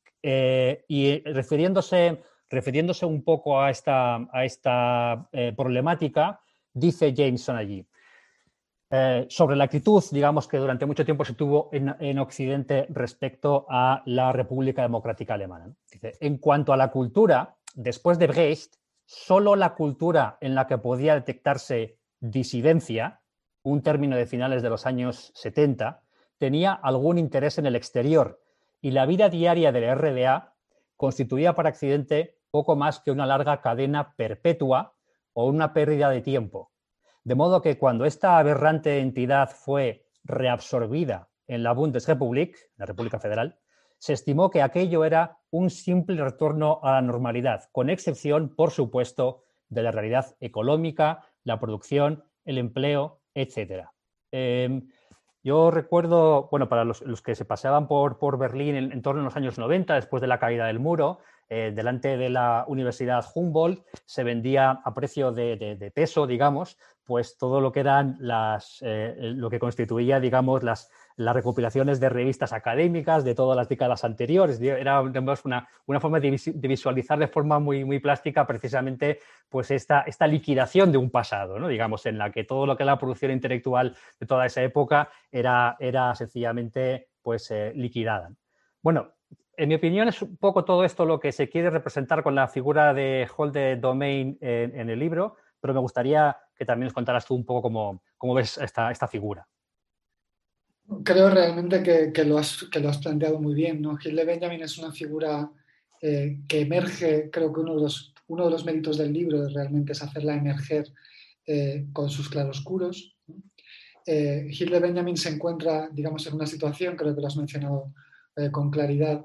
y refiriéndose un poco a esta problemática, dice Jameson allí, sobre la actitud, digamos, que durante mucho tiempo se tuvo en Occidente respecto a la República Democrática Alemana. Dice, en cuanto a la cultura, después de Brecht, solo la cultura en la que podía detectarse disidencia, un término de finales de los años 70, tenía algún interés en el exterior, y la vida diaria de la RDA constituía para Occidente poco más que una larga cadena perpetua o una pérdida de tiempo. De modo que cuando esta aberrante entidad fue reabsorbida en la Bundesrepublik, la República Federal, se estimó que aquello era un simple retorno a la normalidad, con excepción, por supuesto, de la realidad económica, la producción, el empleo, etc. Yo recuerdo, bueno, para los que se paseaban por Berlín en torno a los años 90, después de la caída del muro, delante de la Universidad Humboldt se vendía a precio de peso, digamos, pues todo lo que eran lo que constituía, digamos, las recopilaciones de revistas académicas de todas las décadas anteriores. Era una forma de visualizar de forma muy plástica precisamente pues esta liquidación de un pasado, ¿no? Digamos, en la que todo lo que era la producción intelectual de toda esa época era sencillamente pues, liquidada. Bueno, en mi opinión es un poco todo esto lo que se quiere representar con la figura de Holde Domain en el libro, pero me gustaría que también nos contaras tú un poco cómo ves esta figura. Creo realmente que lo has planteado muy bien, ¿no? Hilde Benjamin es una figura que emerge, creo que uno de los méritos del libro realmente es hacerla emerger con sus claroscuros, ¿no? Hilde Benjamin se encuentra, digamos, en una situación, creo que lo has mencionado con claridad,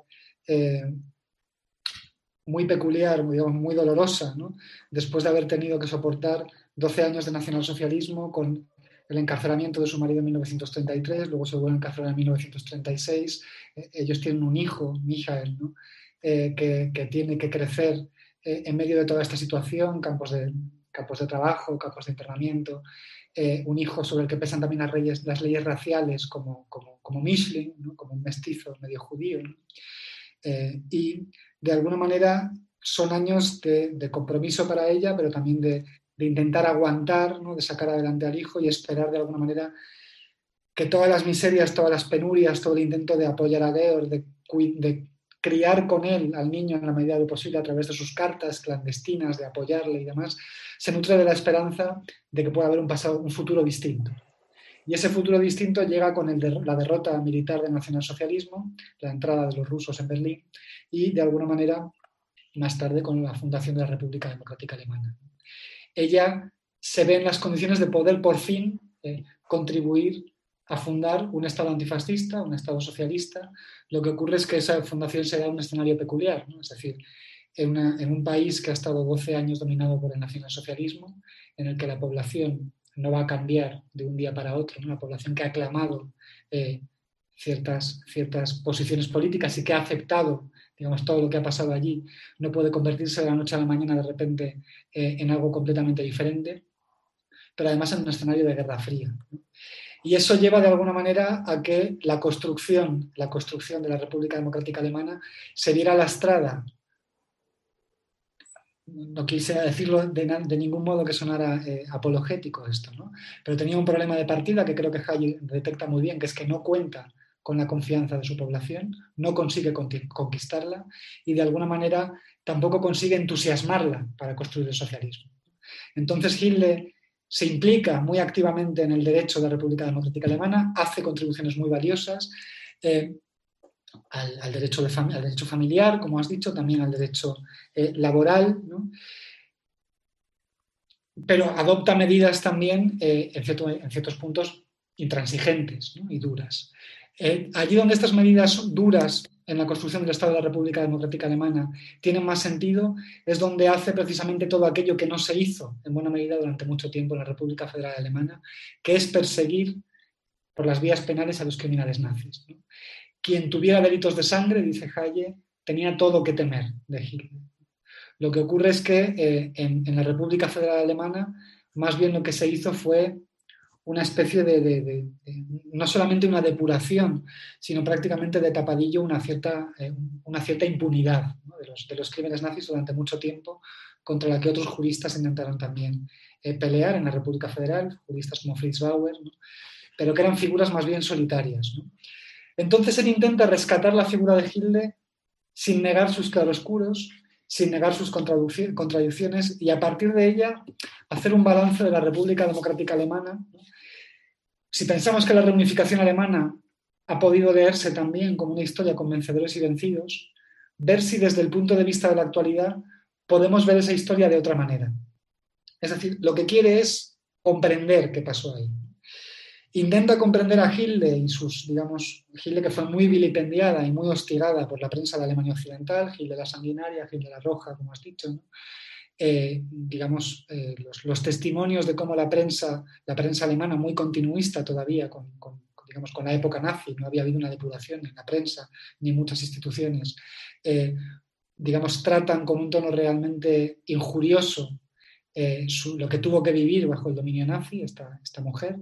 muy peculiar, digamos, muy dolorosa, ¿no? Después de haber tenido que soportar 12 años de nacionalsocialismo con el encarcelamiento de su marido en 1933, luego se vuelve a encarcelar en 1936. Ellos tienen un hijo, Michael, ¿no? Que tiene que crecer en medio de toda esta situación, campos de trabajo, campos de internamiento, un hijo sobre el que pesan también las leyes raciales como Mischling, ¿no? Como un mestizo medio judío, ¿no? Y de alguna manera son años de compromiso para ella, pero también de intentar aguantar, ¿no? De sacar adelante al hijo y esperar de alguna manera que todas las miserias, todas las penurias, todo el intento de apoyar a Georg, de criar con él al niño en la medida de lo posible a través de sus cartas clandestinas, de apoyarle y demás, se nutre de la esperanza de que pueda haber un futuro distinto. Y ese futuro distinto llega con la derrota militar del nacionalsocialismo, la entrada de los rusos en Berlín y, de alguna manera, más tarde con la fundación de la República Democrática Alemana. Ella se ve en las condiciones de poder, por fin, contribuir a fundar un Estado antifascista, un Estado socialista. Lo que ocurre es que esa fundación se da en un escenario peculiar, ¿no? Es decir, en un país que ha estado 12 años dominado por el nacionalsocialismo, en el que la población no va a cambiar de un día para otro, ¿no? Una población que ha aclamado ciertas posiciones políticas y que ha aceptado, digamos, todo lo que ha pasado allí, no puede convertirse de la noche a la mañana de repente en algo completamente diferente, pero además en un escenario de Guerra Fría, ¿no? Y eso lleva de alguna manera a que la construcción de la República Democrática Alemana se viera lastrada. No quise decirlo de ningún modo que sonara apologético esto, ¿no? Pero tenía un problema de partida que creo que Hayek detecta muy bien, que es que no cuenta con la confianza de su población, no consigue conquistarla y de alguna manera tampoco consigue entusiasmarla para construir el socialismo. Entonces Hilde se implica muy activamente en el derecho de la República Democrática Alemana, hace contribuciones muy valiosas al derecho familiar, como has dicho, también al derecho laboral, ¿no? Pero adopta medidas también en ciertos puntos intransigentes, ¿no? Y duras. Allí donde estas medidas duras en la construcción del Estado de la República Democrática Alemana tienen más sentido es donde hace precisamente todo aquello que no se hizo en buena medida durante mucho tiempo en la República Federal Alemana, que es perseguir por las vías penales a los criminales nazis, ¿no? Quien tuviera delitos de sangre, dice Hayek, tenía todo que temer de Hitler. Lo que ocurre es que en la República Federal Alemana más bien lo que se hizo fue una especie de no solamente una depuración, sino prácticamente de tapadillo una cierta impunidad, ¿no? de los crímenes nazis durante mucho tiempo, contra la que otros juristas intentaron también pelear en la República Federal, juristas como Fritz Bauer, ¿no? Pero que eran figuras más bien solitarias, ¿no? Entonces él intenta rescatar la figura de Hilde sin negar sus claroscuros, sin negar sus contradicciones y a partir de ella hacer un balance de la República Democrática Alemana. Si pensamos que la reunificación alemana ha podido leerse también como una historia con vencedores y vencidos, ver si desde el punto de vista de la actualidad podemos ver esa historia de otra manera. Es decir, lo que quiere es comprender qué pasó ahí. Intenta comprender a Hilde y sus, digamos, Hilde que fue muy vilipendiada y muy hostigada por la prensa de Alemania Occidental, Hilde la sanguinaria, Hilde la roja, como has dicho, ¿no? Los testimonios de cómo la prensa alemana, muy continuista todavía con la época nazi, no había habido una depuración en la prensa ni en muchas instituciones, tratan con un tono realmente injurioso lo que tuvo que vivir bajo el dominio nazi esta mujer.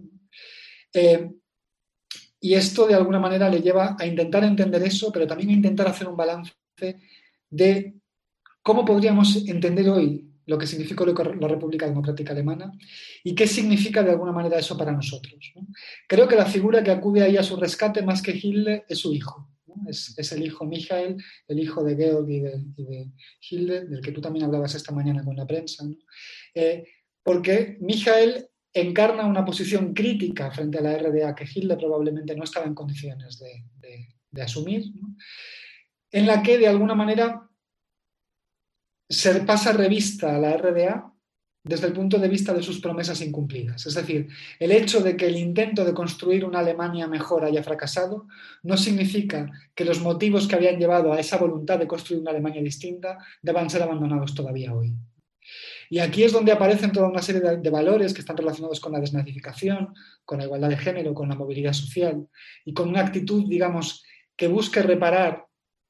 Y esto de alguna manera le lleva a intentar entender eso, pero también a intentar hacer un balance de cómo podríamos entender hoy lo que significó la República Democrática Alemana y qué significa de alguna manera eso para nosotros, ¿no? Creo que la figura que acude ahí a su rescate más que Hilde es su hijo, ¿no? Es el hijo Michael, el hijo de Georg y de Hilde, del que tú también hablabas esta mañana con la prensa, ¿no? Porque Michael encarna una posición crítica frente a la RDA que Hilde probablemente no estaba en condiciones de asumir, ¿no? En la que de alguna manera se pasa revista a la RDA desde el punto de vista de sus promesas incumplidas. Es decir, el hecho de que el intento de construir una Alemania mejor haya fracasado no significa que los motivos que habían llevado a esa voluntad de construir una Alemania distinta deban ser abandonados todavía hoy. Y aquí es donde aparecen toda una serie de valores que están relacionados con la desnazificación, con la igualdad de género, con la movilidad social y con una actitud, digamos, que busque reparar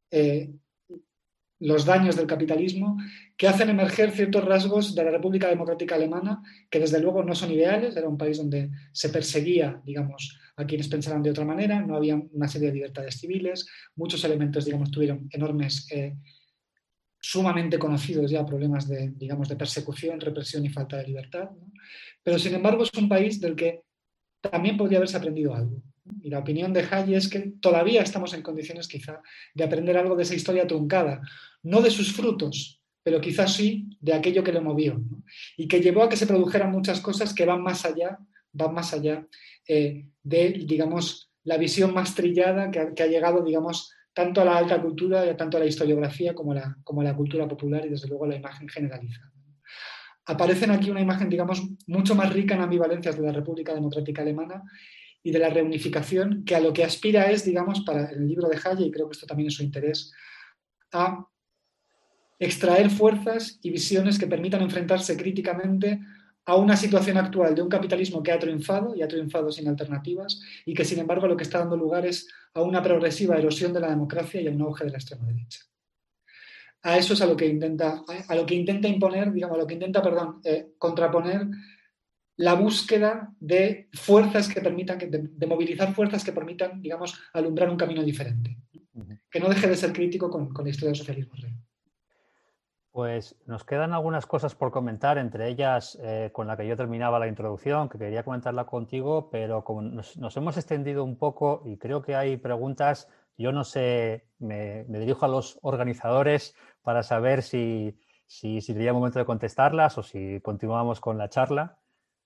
los daños del capitalismo, que hacen emerger ciertos rasgos de la República Democrática Alemana que desde luego no son ideales. Era un país donde se perseguía, digamos, a quienes pensaran de otra manera, no había una serie de libertades civiles, muchos elementos, digamos, tuvieron enormes, sumamente conocidos ya problemas de persecución, represión y falta de libertad, ¿no? Pero sin embargo es un país del que también podría haberse aprendido algo. Y la opinión de Haye es que todavía estamos en condiciones quizá de aprender algo de esa historia truncada, no de sus frutos, pero quizás sí de aquello que lo movió, ¿no? Y que llevó a que se produjeran muchas cosas que van más allá de, digamos, la visión más trillada que ha llegado, digamos, tanto a la alta cultura, tanto a la historiografía como a la cultura popular y desde luego a la imagen generalizada. Aparecen aquí una imagen, digamos, mucho más rica en ambivalencias de la República Democrática Alemana y de la reunificación, que a lo que aspira es, digamos, para el libro de Haye, y creo que esto también es su interés, a extraer fuerzas y visiones que permitan enfrentarse críticamente a una situación actual de un capitalismo que ha triunfado y ha triunfado sin alternativas y que sin embargo lo que está dando lugar es a una progresiva erosión de la democracia y a un auge de la extrema derecha. A eso es a lo que intenta imponer, digamos, a lo que intenta, contraponer la búsqueda de fuerzas que permitan, de movilizar fuerzas que permitan, digamos, alumbrar un camino diferente, que no deje de ser crítico con la historia del socialismo real. Pues nos quedan algunas cosas por comentar, entre ellas con la que yo terminaba la introducción, que quería comentarla contigo, pero como nos hemos extendido un poco y creo que hay preguntas, yo no sé, me dirijo a los organizadores para saber si sería momento de contestarlas o si continuamos con la charla.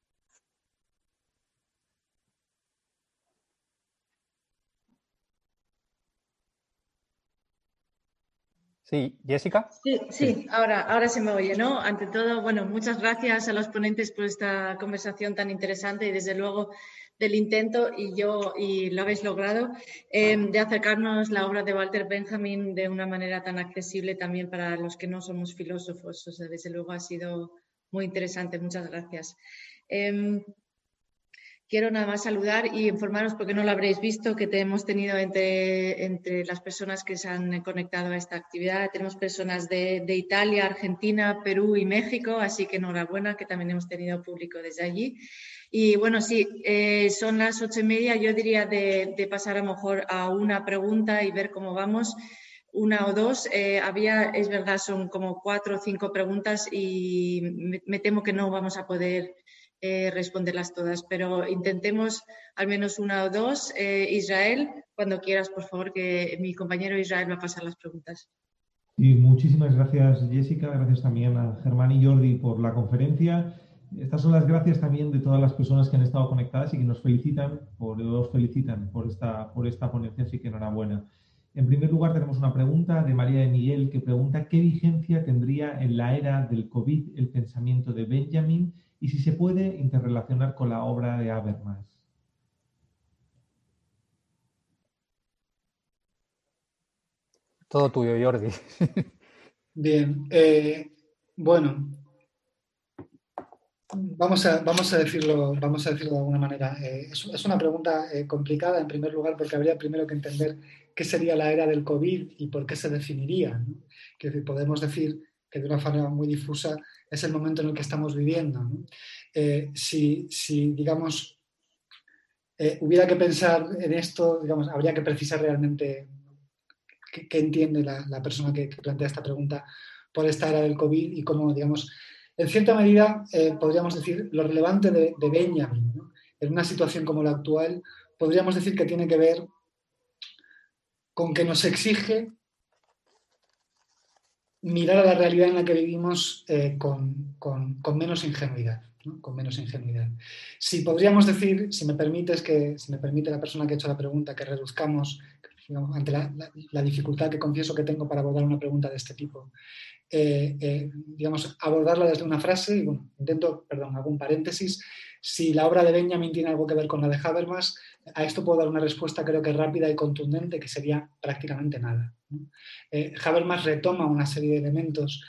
Sí, Jessica. Sí, ahora se me oye, ¿no? Ante todo, bueno, muchas gracias a los ponentes por esta conversación tan interesante y desde luego del intento, y lo habéis logrado, de acercarnos la obra de Walter Benjamin de una manera tan accesible también para los que no somos filósofos. O sea, desde luego ha sido muy interesante. Muchas gracias. Quiero nada más saludar y informaros, porque no lo habréis visto, que hemos tenido entre las personas que se han conectado a esta actividad, tenemos personas de Italia, Argentina, Perú y México, así que enhorabuena, que también hemos tenido público desde allí. Y bueno, sí, son las 8:30, yo diría de pasar a lo mejor a una pregunta y ver cómo vamos, una o dos. Es verdad, son como 4 o 5 preguntas y me temo que no vamos a poder responderlas todas, pero intentemos al menos una o dos. Israel, cuando quieras, por favor, que mi compañero Israel va a pasar las preguntas. Y muchísimas gracias, Jessica. Gracias también a Germán y Jordi por la conferencia. Estas son las gracias también de todas las personas que han estado conectadas y que nos felicitan por esta ponencia, así que enhorabuena. En primer lugar, tenemos una pregunta de María de Miguel, que pregunta: ¿qué vigencia tendría en la era del COVID el pensamiento de Benjamin y si se puede interrelacionar con la obra de Habermas. Todo tuyo, Jordi. Bien, bueno, vamos a decirlo de alguna manera. Es una pregunta complicada, en primer lugar, porque habría primero que entender qué sería la era del COVID y por qué se definiría, ¿no? Que podemos decir que de una forma muy difusa es el momento en el que estamos viviendo, ¿no? Si digamos, hubiera que pensar en esto, digamos, habría que precisar realmente qué entiende la persona que plantea esta pregunta por esta era del COVID y cómo, digamos, en cierta medida podríamos decir lo relevante de Benjamin, ¿no? En una situación como la actual, podríamos decir que tiene que ver con que nos exige mirar a la realidad en la que vivimos con menos ingenuidad, ¿no? Con menos ingenuidad. Si podríamos decir, si me permite la persona que ha hecho la pregunta, que reduzcamos, digamos, ante la dificultad que confieso que tengo para abordar una pregunta de este tipo, digamos, abordarla desde una frase, y bueno, hago un paréntesis. Si la obra de Benjamin tiene algo que ver con la de Habermas, a esto puedo dar una respuesta creo que rápida y contundente, que sería prácticamente nada, ¿no? Habermas retoma una serie de elementos,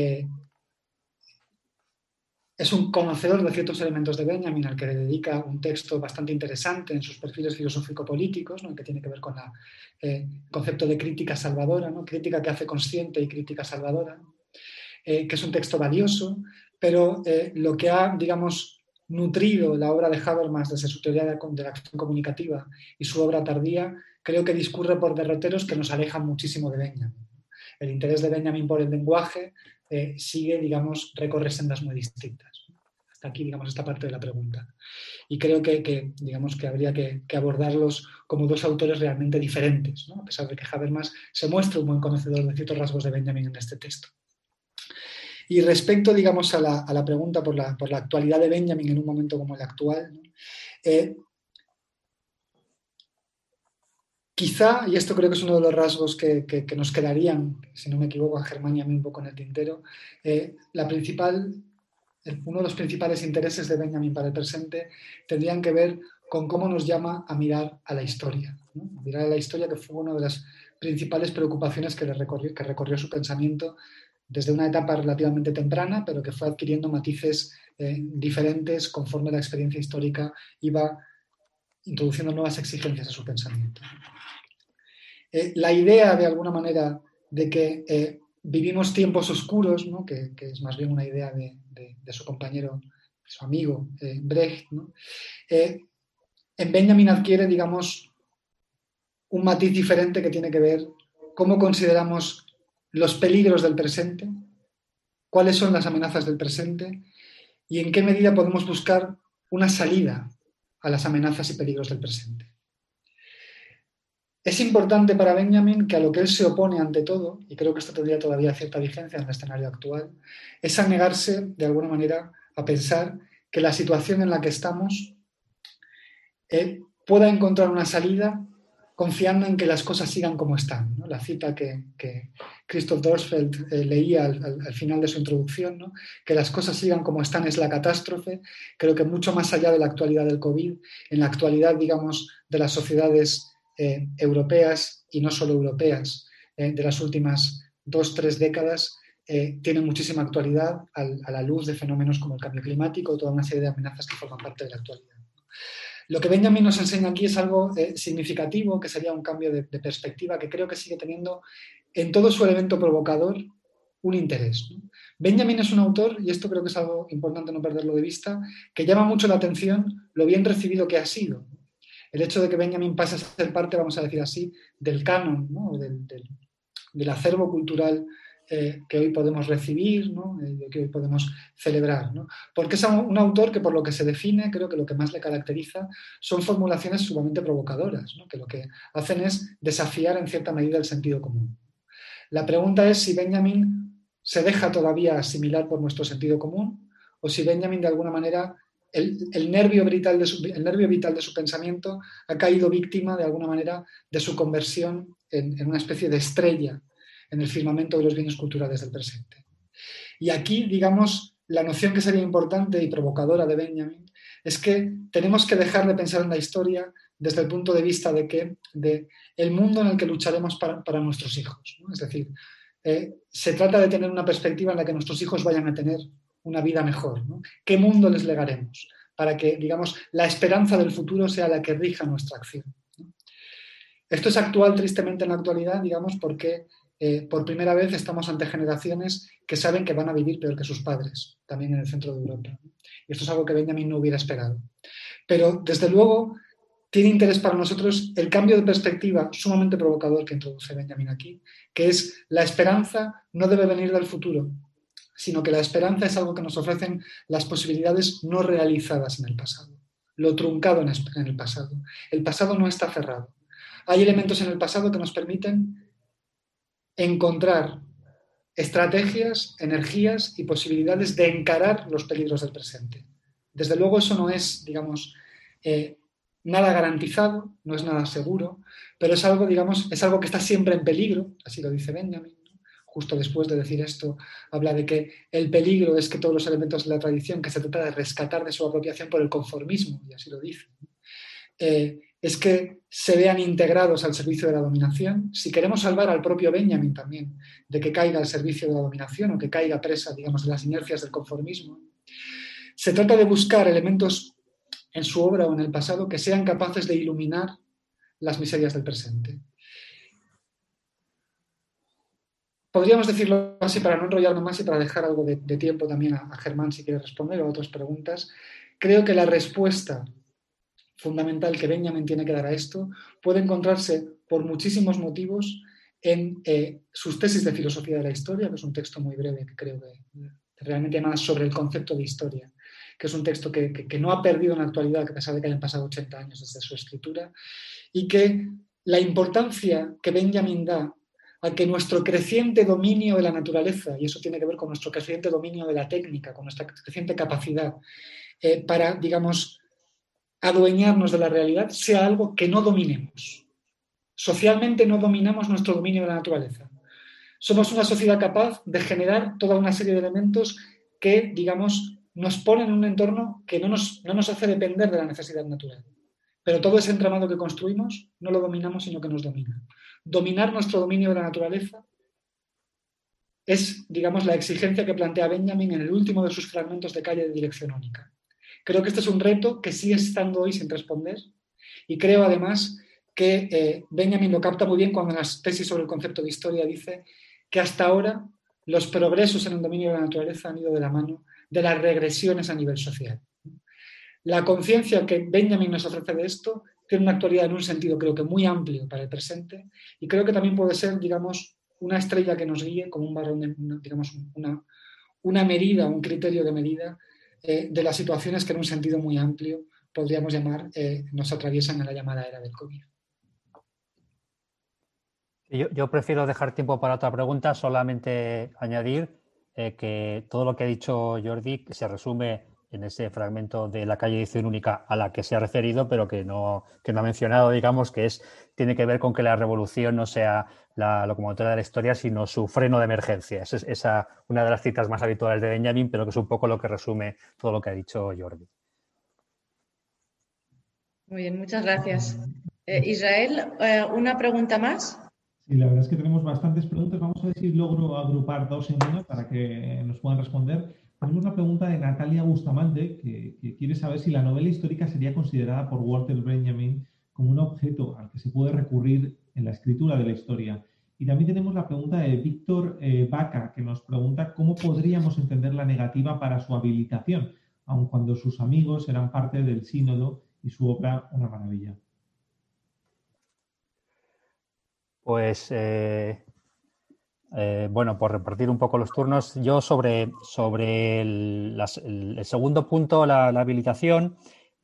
es un conocedor de ciertos elementos de Benjamin, al que le dedica un texto bastante interesante en sus perfiles filosófico-políticos, ¿no? Que tiene que ver con el concepto de crítica salvadora, ¿no? Crítica que hace consciente y crítica salvadora, que es un texto valioso, pero lo que ha, digamos, nutrido la obra de Habermas desde su teoría de la acción comunicativa y su obra tardía, creo que discurre por derroteros que nos alejan muchísimo de Benjamin. El interés de Benjamin por el lenguaje sigue, digamos, recorre sendas muy distintas. Hasta aquí, digamos, esta parte de la pregunta. Y creo que digamos, que habría que abordarlos como dos autores realmente diferentes, ¿no? A pesar de que Habermas se muestra un buen conocedor de ciertos rasgos de Benjamin en este texto. Y respecto, digamos, a la pregunta por la actualidad de Benjamin en un momento como el actual, ¿no? Quizá, y esto creo que es uno de los rasgos que nos quedarían, si no me equivoco, a Germán y a mí un poco en el tintero, uno de los principales intereses de Benjamin para el presente tendrían que ver con cómo nos llama a mirar a la historia, ¿no? Mirar a la historia, que fue una de las principales preocupaciones que recorrió su pensamiento desde una etapa relativamente temprana, pero que fue adquiriendo matices diferentes conforme la experiencia histórica iba introduciendo nuevas exigencias a su pensamiento. La idea, de alguna manera, de que vivimos tiempos oscuros, ¿no? que es más bien una idea de su compañero, de su amigo Brecht, ¿no? En Benjamin adquiere, digamos, un matiz diferente que tiene que ver cómo consideramos los peligros del presente, cuáles son las amenazas del presente y en qué medida podemos buscar una salida a las amenazas y peligros del presente. Es importante para Benjamin que a lo que él se opone ante todo, y creo que esto tendría todavía cierta vigencia en el escenario actual, es a negarse, de alguna manera, a pensar que la situación en la que estamos pueda encontrar una salida confiando en que las cosas sigan como están, ¿no? La cita que Christoph Dorsfeld leía al final de su introducción, ¿no? Que las cosas sigan como están es la catástrofe. Creo que mucho más allá de la actualidad del COVID, en la actualidad, digamos, de las sociedades europeas y no solo europeas de las últimas 2-3 décadas, tienen muchísima actualidad a la luz de fenómenos como el cambio climático y toda una serie de amenazas que forman parte de la actualidad. Lo que Benjamin nos enseña aquí es algo significativo, que sería un cambio de perspectiva que creo que sigue teniendo en todo su elemento provocador un interés, ¿no? Benjamin es un autor, y esto creo que es algo importante no perderlo de vista, que llama mucho la atención lo bien recibido que ha sido. El hecho de que Benjamin pase a ser parte, vamos a decir así, del canon, ¿no? del acervo cultural que hoy podemos recibir, ¿no? Que hoy podemos celebrar, ¿no? Porque es un autor que, por lo que se define, creo que lo que más le caracteriza son formulaciones sumamente provocadoras, ¿no? Que lo que hacen es desafiar en cierta medida el sentido común. La pregunta es si Benjamin se deja todavía asimilar por nuestro sentido común o si Benjamin, de alguna manera, el nervio vital de su pensamiento ha caído víctima, de alguna manera, de su conversión en una especie de estrella en el firmamento de los bienes culturales del presente. Y aquí, digamos, la noción que sería importante y provocadora de Benjamin es que tenemos que dejar de pensar en la historia desde el punto de vista de el mundo en el que lucharemos para nuestros hijos, ¿no? Es decir, se trata de tener una perspectiva en la que nuestros hijos vayan a tener una vida mejor, ¿no? ¿Qué mundo les legaremos? Para que, digamos, la esperanza del futuro sea la que rija nuestra acción, ¿no? Esto es actual, tristemente, en la actualidad, digamos, porque por primera vez estamos ante generaciones que saben que van a vivir peor que sus padres, también en el centro de Europa. Y esto es algo que Benjamin no hubiera esperado. Pero, desde luego, tiene interés para nosotros el cambio de perspectiva sumamente provocador que introduce Benjamin aquí, que es la esperanza no debe venir del futuro, sino que la esperanza es algo que nos ofrecen las posibilidades no realizadas en el pasado, lo truncado en el pasado. El pasado no está cerrado. Hay elementos en el pasado que nos permiten encontrar estrategias, energías y posibilidades de encarar los peligros del presente. Desde luego eso no es, digamos, nada garantizado, no es nada seguro, pero es algo, digamos, es algo que está siempre en peligro, así lo dice Benjamin. Justo después de decir esto, habla de que el peligro es que todos los elementos de la tradición que se trata de rescatar de su apropiación por el conformismo, y así lo dice, es que se vean integrados al servicio de la dominación. Si queremos salvar al propio Benjamin también de que caiga al servicio de la dominación o que caiga presa, digamos, de las inercias del conformismo, se trata de buscar elementos en su obra o en el pasado que sean capaces de iluminar las miserias del presente. Podríamos decirlo así para no enrollarme más y para dejar algo de tiempo también a Germán si quiere responder o a otras preguntas. Creo que la respuesta fundamental que Benjamin tiene que dar a esto puede encontrarse por muchísimos motivos en sus tesis de filosofía de la historia, que es un texto muy breve que creo que realmente más sobre el concepto de historia, que es un texto que no ha perdido en la actualidad, a pesar de que hayan pasado 80 años desde su escritura, y que la importancia que Benjamin da a que nuestro creciente dominio de la naturaleza, y eso tiene que ver con nuestro creciente dominio de la técnica, con nuestra creciente capacidad para, digamos, adueñarnos de la realidad, sea algo que no dominemos. Socialmente no dominamos nuestro dominio de la naturaleza. Somos una sociedad capaz de generar toda una serie de elementos que, digamos, nos ponen en un entorno que no nos hace depender de la necesidad natural. Pero todo ese entramado que construimos no lo dominamos, sino que nos domina. Dominar nuestro dominio de la naturaleza es, digamos, la exigencia que plantea Benjamin en el último de sus fragmentos de Calle de Dirección Única. Creo que este es un reto que sigue estando hoy sin responder y creo además que Benjamin lo capta muy bien cuando en las tesis sobre el concepto de historia dice que hasta ahora los progresos en el dominio de la naturaleza han ido de la mano de las regresiones a nivel social. La conciencia que Benjamin nos ofrece de esto tiene una actualidad en un sentido creo que muy amplio para el presente y creo que también puede ser, digamos, una estrella que nos guíe como un varón, digamos, una medida, un criterio de medida de las situaciones que en un sentido muy amplio podríamos llamar, nos atraviesan en la llamada era del COVID. Yo prefiero dejar tiempo para otra pregunta, solamente añadir que todo lo que ha dicho Jordi se resume en ese fragmento de la Calle Edición Única a la que se ha referido, pero que no ha mencionado, digamos, que tiene que ver con que la revolución no sea la locomotora de la historia, sino su freno de emergencia. Es una de las citas más habituales de Benjamin, pero que es un poco lo que resume todo lo que ha dicho Jordi. Muy bien, muchas gracias. Israel, ¿una pregunta más? Sí, la verdad es que tenemos bastantes preguntas. Vamos a ver si logro agrupar dos en una para que nos puedan responder. Tenemos una pregunta de Natalia Bustamante que quiere saber si la novela histórica sería considerada por Walter Benjamin como un objeto al que se puede recurrir en la escritura de la historia. Y también tenemos la pregunta de Víctor Vaca, que nos pregunta cómo podríamos entender la negativa para su habilitación, aun cuando sus amigos eran parte del sínodo y su obra una maravilla. Pues, bueno, por repartir un poco los turnos, yo sobre el segundo punto, la habilitación,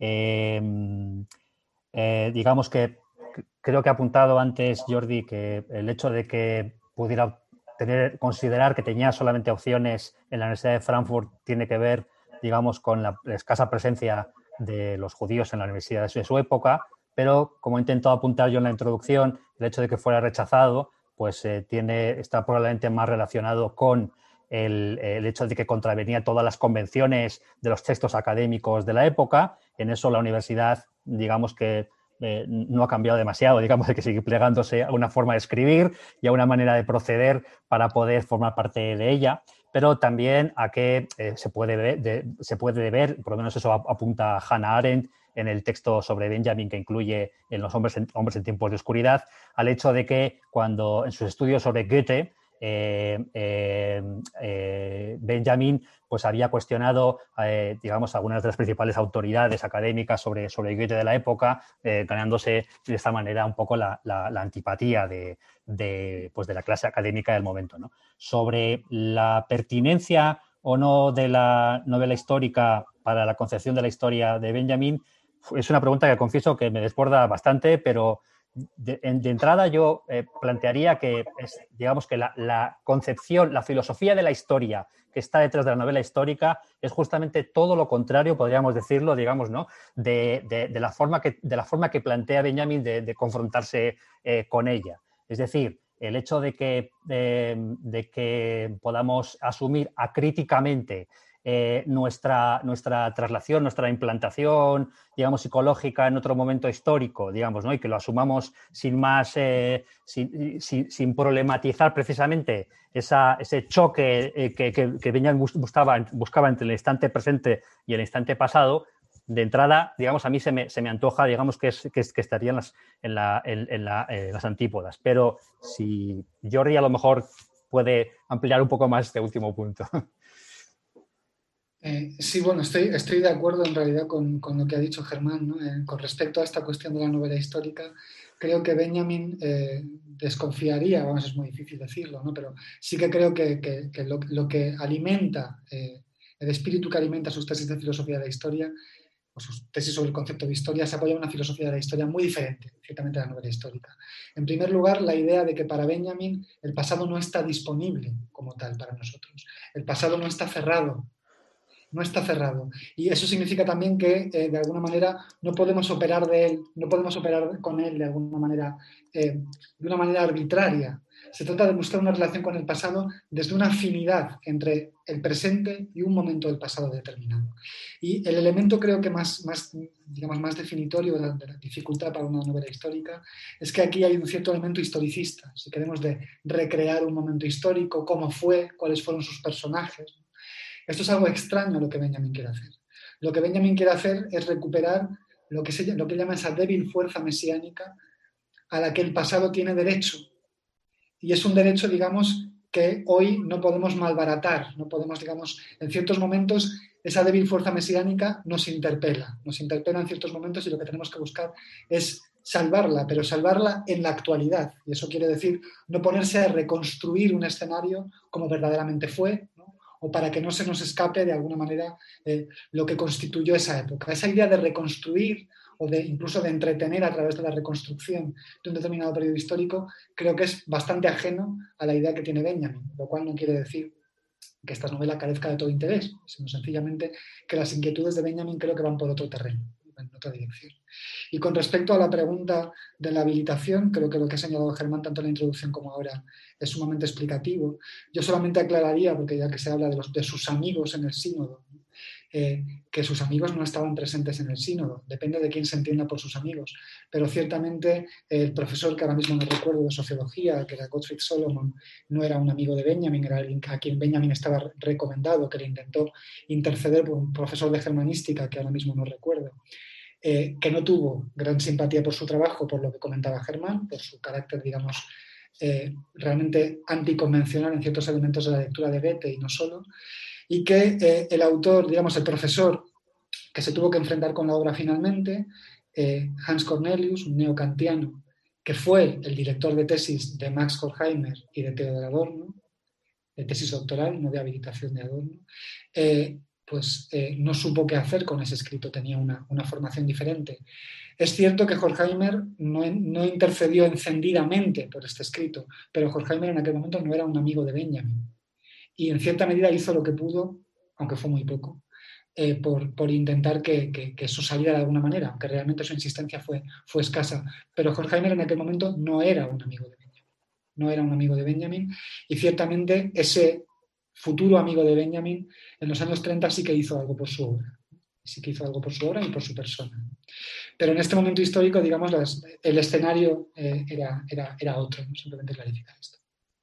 digamos que creo que ha apuntado antes Jordi que el hecho de que pudiera considerar que tenía solamente opciones en la Universidad de Frankfurt tiene que ver, digamos, con la escasa presencia de los judíos en la universidad de su época, pero como he intentado apuntar yo en la introducción, el hecho de que fuera rechazado pues está probablemente más relacionado con el hecho de que contravenía todas las convenciones de los textos académicos de la época. En eso la universidad, digamos que no ha cambiado demasiado, digamos, de que sigue plegándose a una forma de escribir y a una manera de proceder para poder formar parte de ella, pero también a que se puede ver, por lo menos eso apunta Hannah Arendt en el texto sobre Benjamin que incluye en Los hombres en tiempos de oscuridad, al hecho de que cuando en sus estudios sobre Goethe, Benjamin pues había cuestionado digamos algunas de las principales autoridades académicas sobre Goethe de la época, ganándose de esta manera un poco la antipatía de la clase académica del momento, ¿no? Sobre la pertinencia o no de la novela histórica para la concepción de la historia de Benjamin es una pregunta que confieso que me desborda bastante, pero de entrada yo plantearía que digamos que la concepción, la filosofía de la historia que está detrás de la novela histórica es justamente todo lo contrario, podríamos decirlo, digamos, ¿no? de la forma que plantea Benjamin de confrontarse con ella. Es decir, el hecho de que podamos asumir acríticamente nuestra traslación, nuestra implantación, digamos, psicológica en otro momento histórico, digamos, ¿no? Y que lo asumamos sin más, sin problematizar precisamente ese choque que Benjamin buscaba entre el instante presente y el instante pasado. De entrada, digamos, a mí se me antoja, digamos, que estarían en las antípodas. Pero si Jordi a lo mejor puede ampliar un poco más este último punto. Sí, bueno, estoy de acuerdo en realidad con lo que ha dicho Germán, ¿no? Con respecto a esta cuestión de la novela histórica, creo que Benjamin desconfiaría, vamos, es muy difícil decirlo, ¿no? Pero sí que creo que lo que alimenta, el espíritu que alimenta sus tesis de filosofía de la historia, o sus tesis sobre el concepto de historia, se apoya en una filosofía de la historia muy diferente, ciertamente, de la novela histórica. En primer lugar, la idea de que para Benjamin el pasado no está disponible como tal para nosotros. El pasado no está cerrado. No está cerrado. Y eso significa también que, de alguna manera, no podemos operar con él de alguna manera, de una manera arbitraria. Se trata de buscar una relación con el pasado desde una afinidad entre el presente y un momento del pasado determinado. Y el elemento, creo que más definitorio de la dificultad para una novela histórica es que aquí hay un cierto elemento historicista. Si queremos de recrear un momento histórico, cómo fue, cuáles fueron sus personajes. Esto es algo extraño a lo que Benjamin quiere hacer. Lo que Benjamin quiere hacer es recuperar lo que llama esa débil fuerza mesiánica a la que el pasado tiene derecho. Y es un derecho, digamos, que hoy no podemos malbaratar. No podemos, digamos, en ciertos momentos esa débil fuerza mesiánica nos interpela en ciertos momentos y lo que tenemos que buscar es salvarla, pero salvarla en la actualidad. Y eso quiere decir no ponerse a reconstruir un escenario como verdaderamente fue, ¿no? O para que no se nos escape de alguna manera lo que constituyó esa época. Esa idea de reconstruir o incluso de entretener a través de la reconstrucción de un determinado periodo histórico, creo que es bastante ajeno a la idea que tiene Benjamin, lo cual no quiere decir que esta novela carezca de todo interés, sino sencillamente que las inquietudes de Benjamin creo que van por otro terreno, en otra dirección. Y con respecto a la pregunta de la habilitación, creo que lo que ha señalado Germán tanto en la introducción como ahora es sumamente explicativo. Yo solamente aclararía, porque ya que se habla de sus amigos en el sínodo, que sus amigos no estaban presentes en el sínodo, depende de quién se entienda por sus amigos, pero ciertamente el profesor, que ahora mismo no recuerdo, de sociología, que era Gottfried Solomon, no era un amigo de Benjamin, era alguien a quien Benjamin estaba recomendado, que le intentó interceder por un profesor de germanística, que ahora mismo no recuerdo. Que no tuvo gran simpatía por su trabajo, por lo que comentaba Germán, por su carácter, digamos, realmente anticonvencional en ciertos elementos de la lectura de Goethe y no solo, y que el autor, digamos, el profesor que se tuvo que enfrentar con la obra finalmente, Hans Cornelius, un neokantiano, que fue el director de tesis de Max Horkheimer y de Theodor Adorno, de tesis doctoral, no de habilitación de Adorno, no supo qué hacer con ese escrito, tenía una formación diferente. Es cierto que Horkheimer no intercedió encendidamente por este escrito, pero Horkheimer en aquel momento no era un amigo de Benjamin. Y en cierta medida hizo lo que pudo, aunque fue muy poco, por intentar que eso saliera de alguna manera, aunque realmente su insistencia fue escasa. Pero Horkheimer en aquel momento no era un amigo de Benjamin. No era un amigo de Benjamin y ciertamente ese futuro amigo de Benjamin, en los años 30 sí que hizo algo por su obra. Sí que hizo algo por su obra y por su persona. Pero en este momento histórico, digamos, el escenario era otro, ¿no? Simplemente clarificar esto.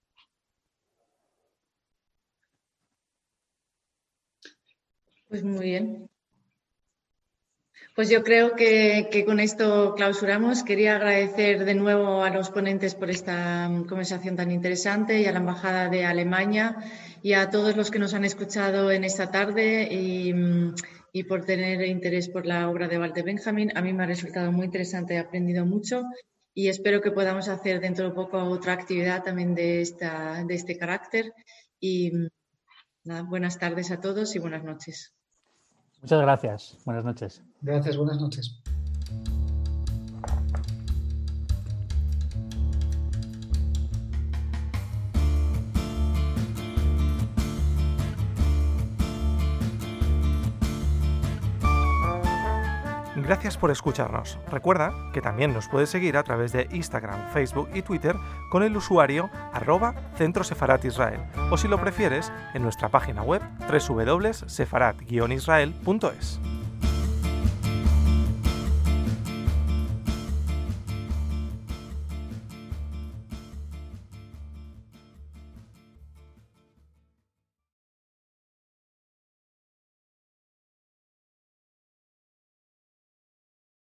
Pues muy bien. Pues yo creo que con esto clausuramos. Quería agradecer de nuevo a los ponentes por esta conversación tan interesante y a la Embajada de Alemania y a todos los que nos han escuchado en esta tarde y por tener interés por la obra de Walter Benjamin. A mí me ha resultado muy interesante, he aprendido mucho y espero que podamos hacer dentro de poco otra actividad también de este carácter. Y nada, buenas tardes a todos y buenas noches. Muchas gracias. Buenas noches. Gracias, buenas noches. Gracias por escucharnos. Recuerda que también nos puedes seguir a través de Instagram, Facebook y Twitter con el usuario @Centro Sefarat Israel, o si lo prefieres, en nuestra página web www.sefarat-israel.es.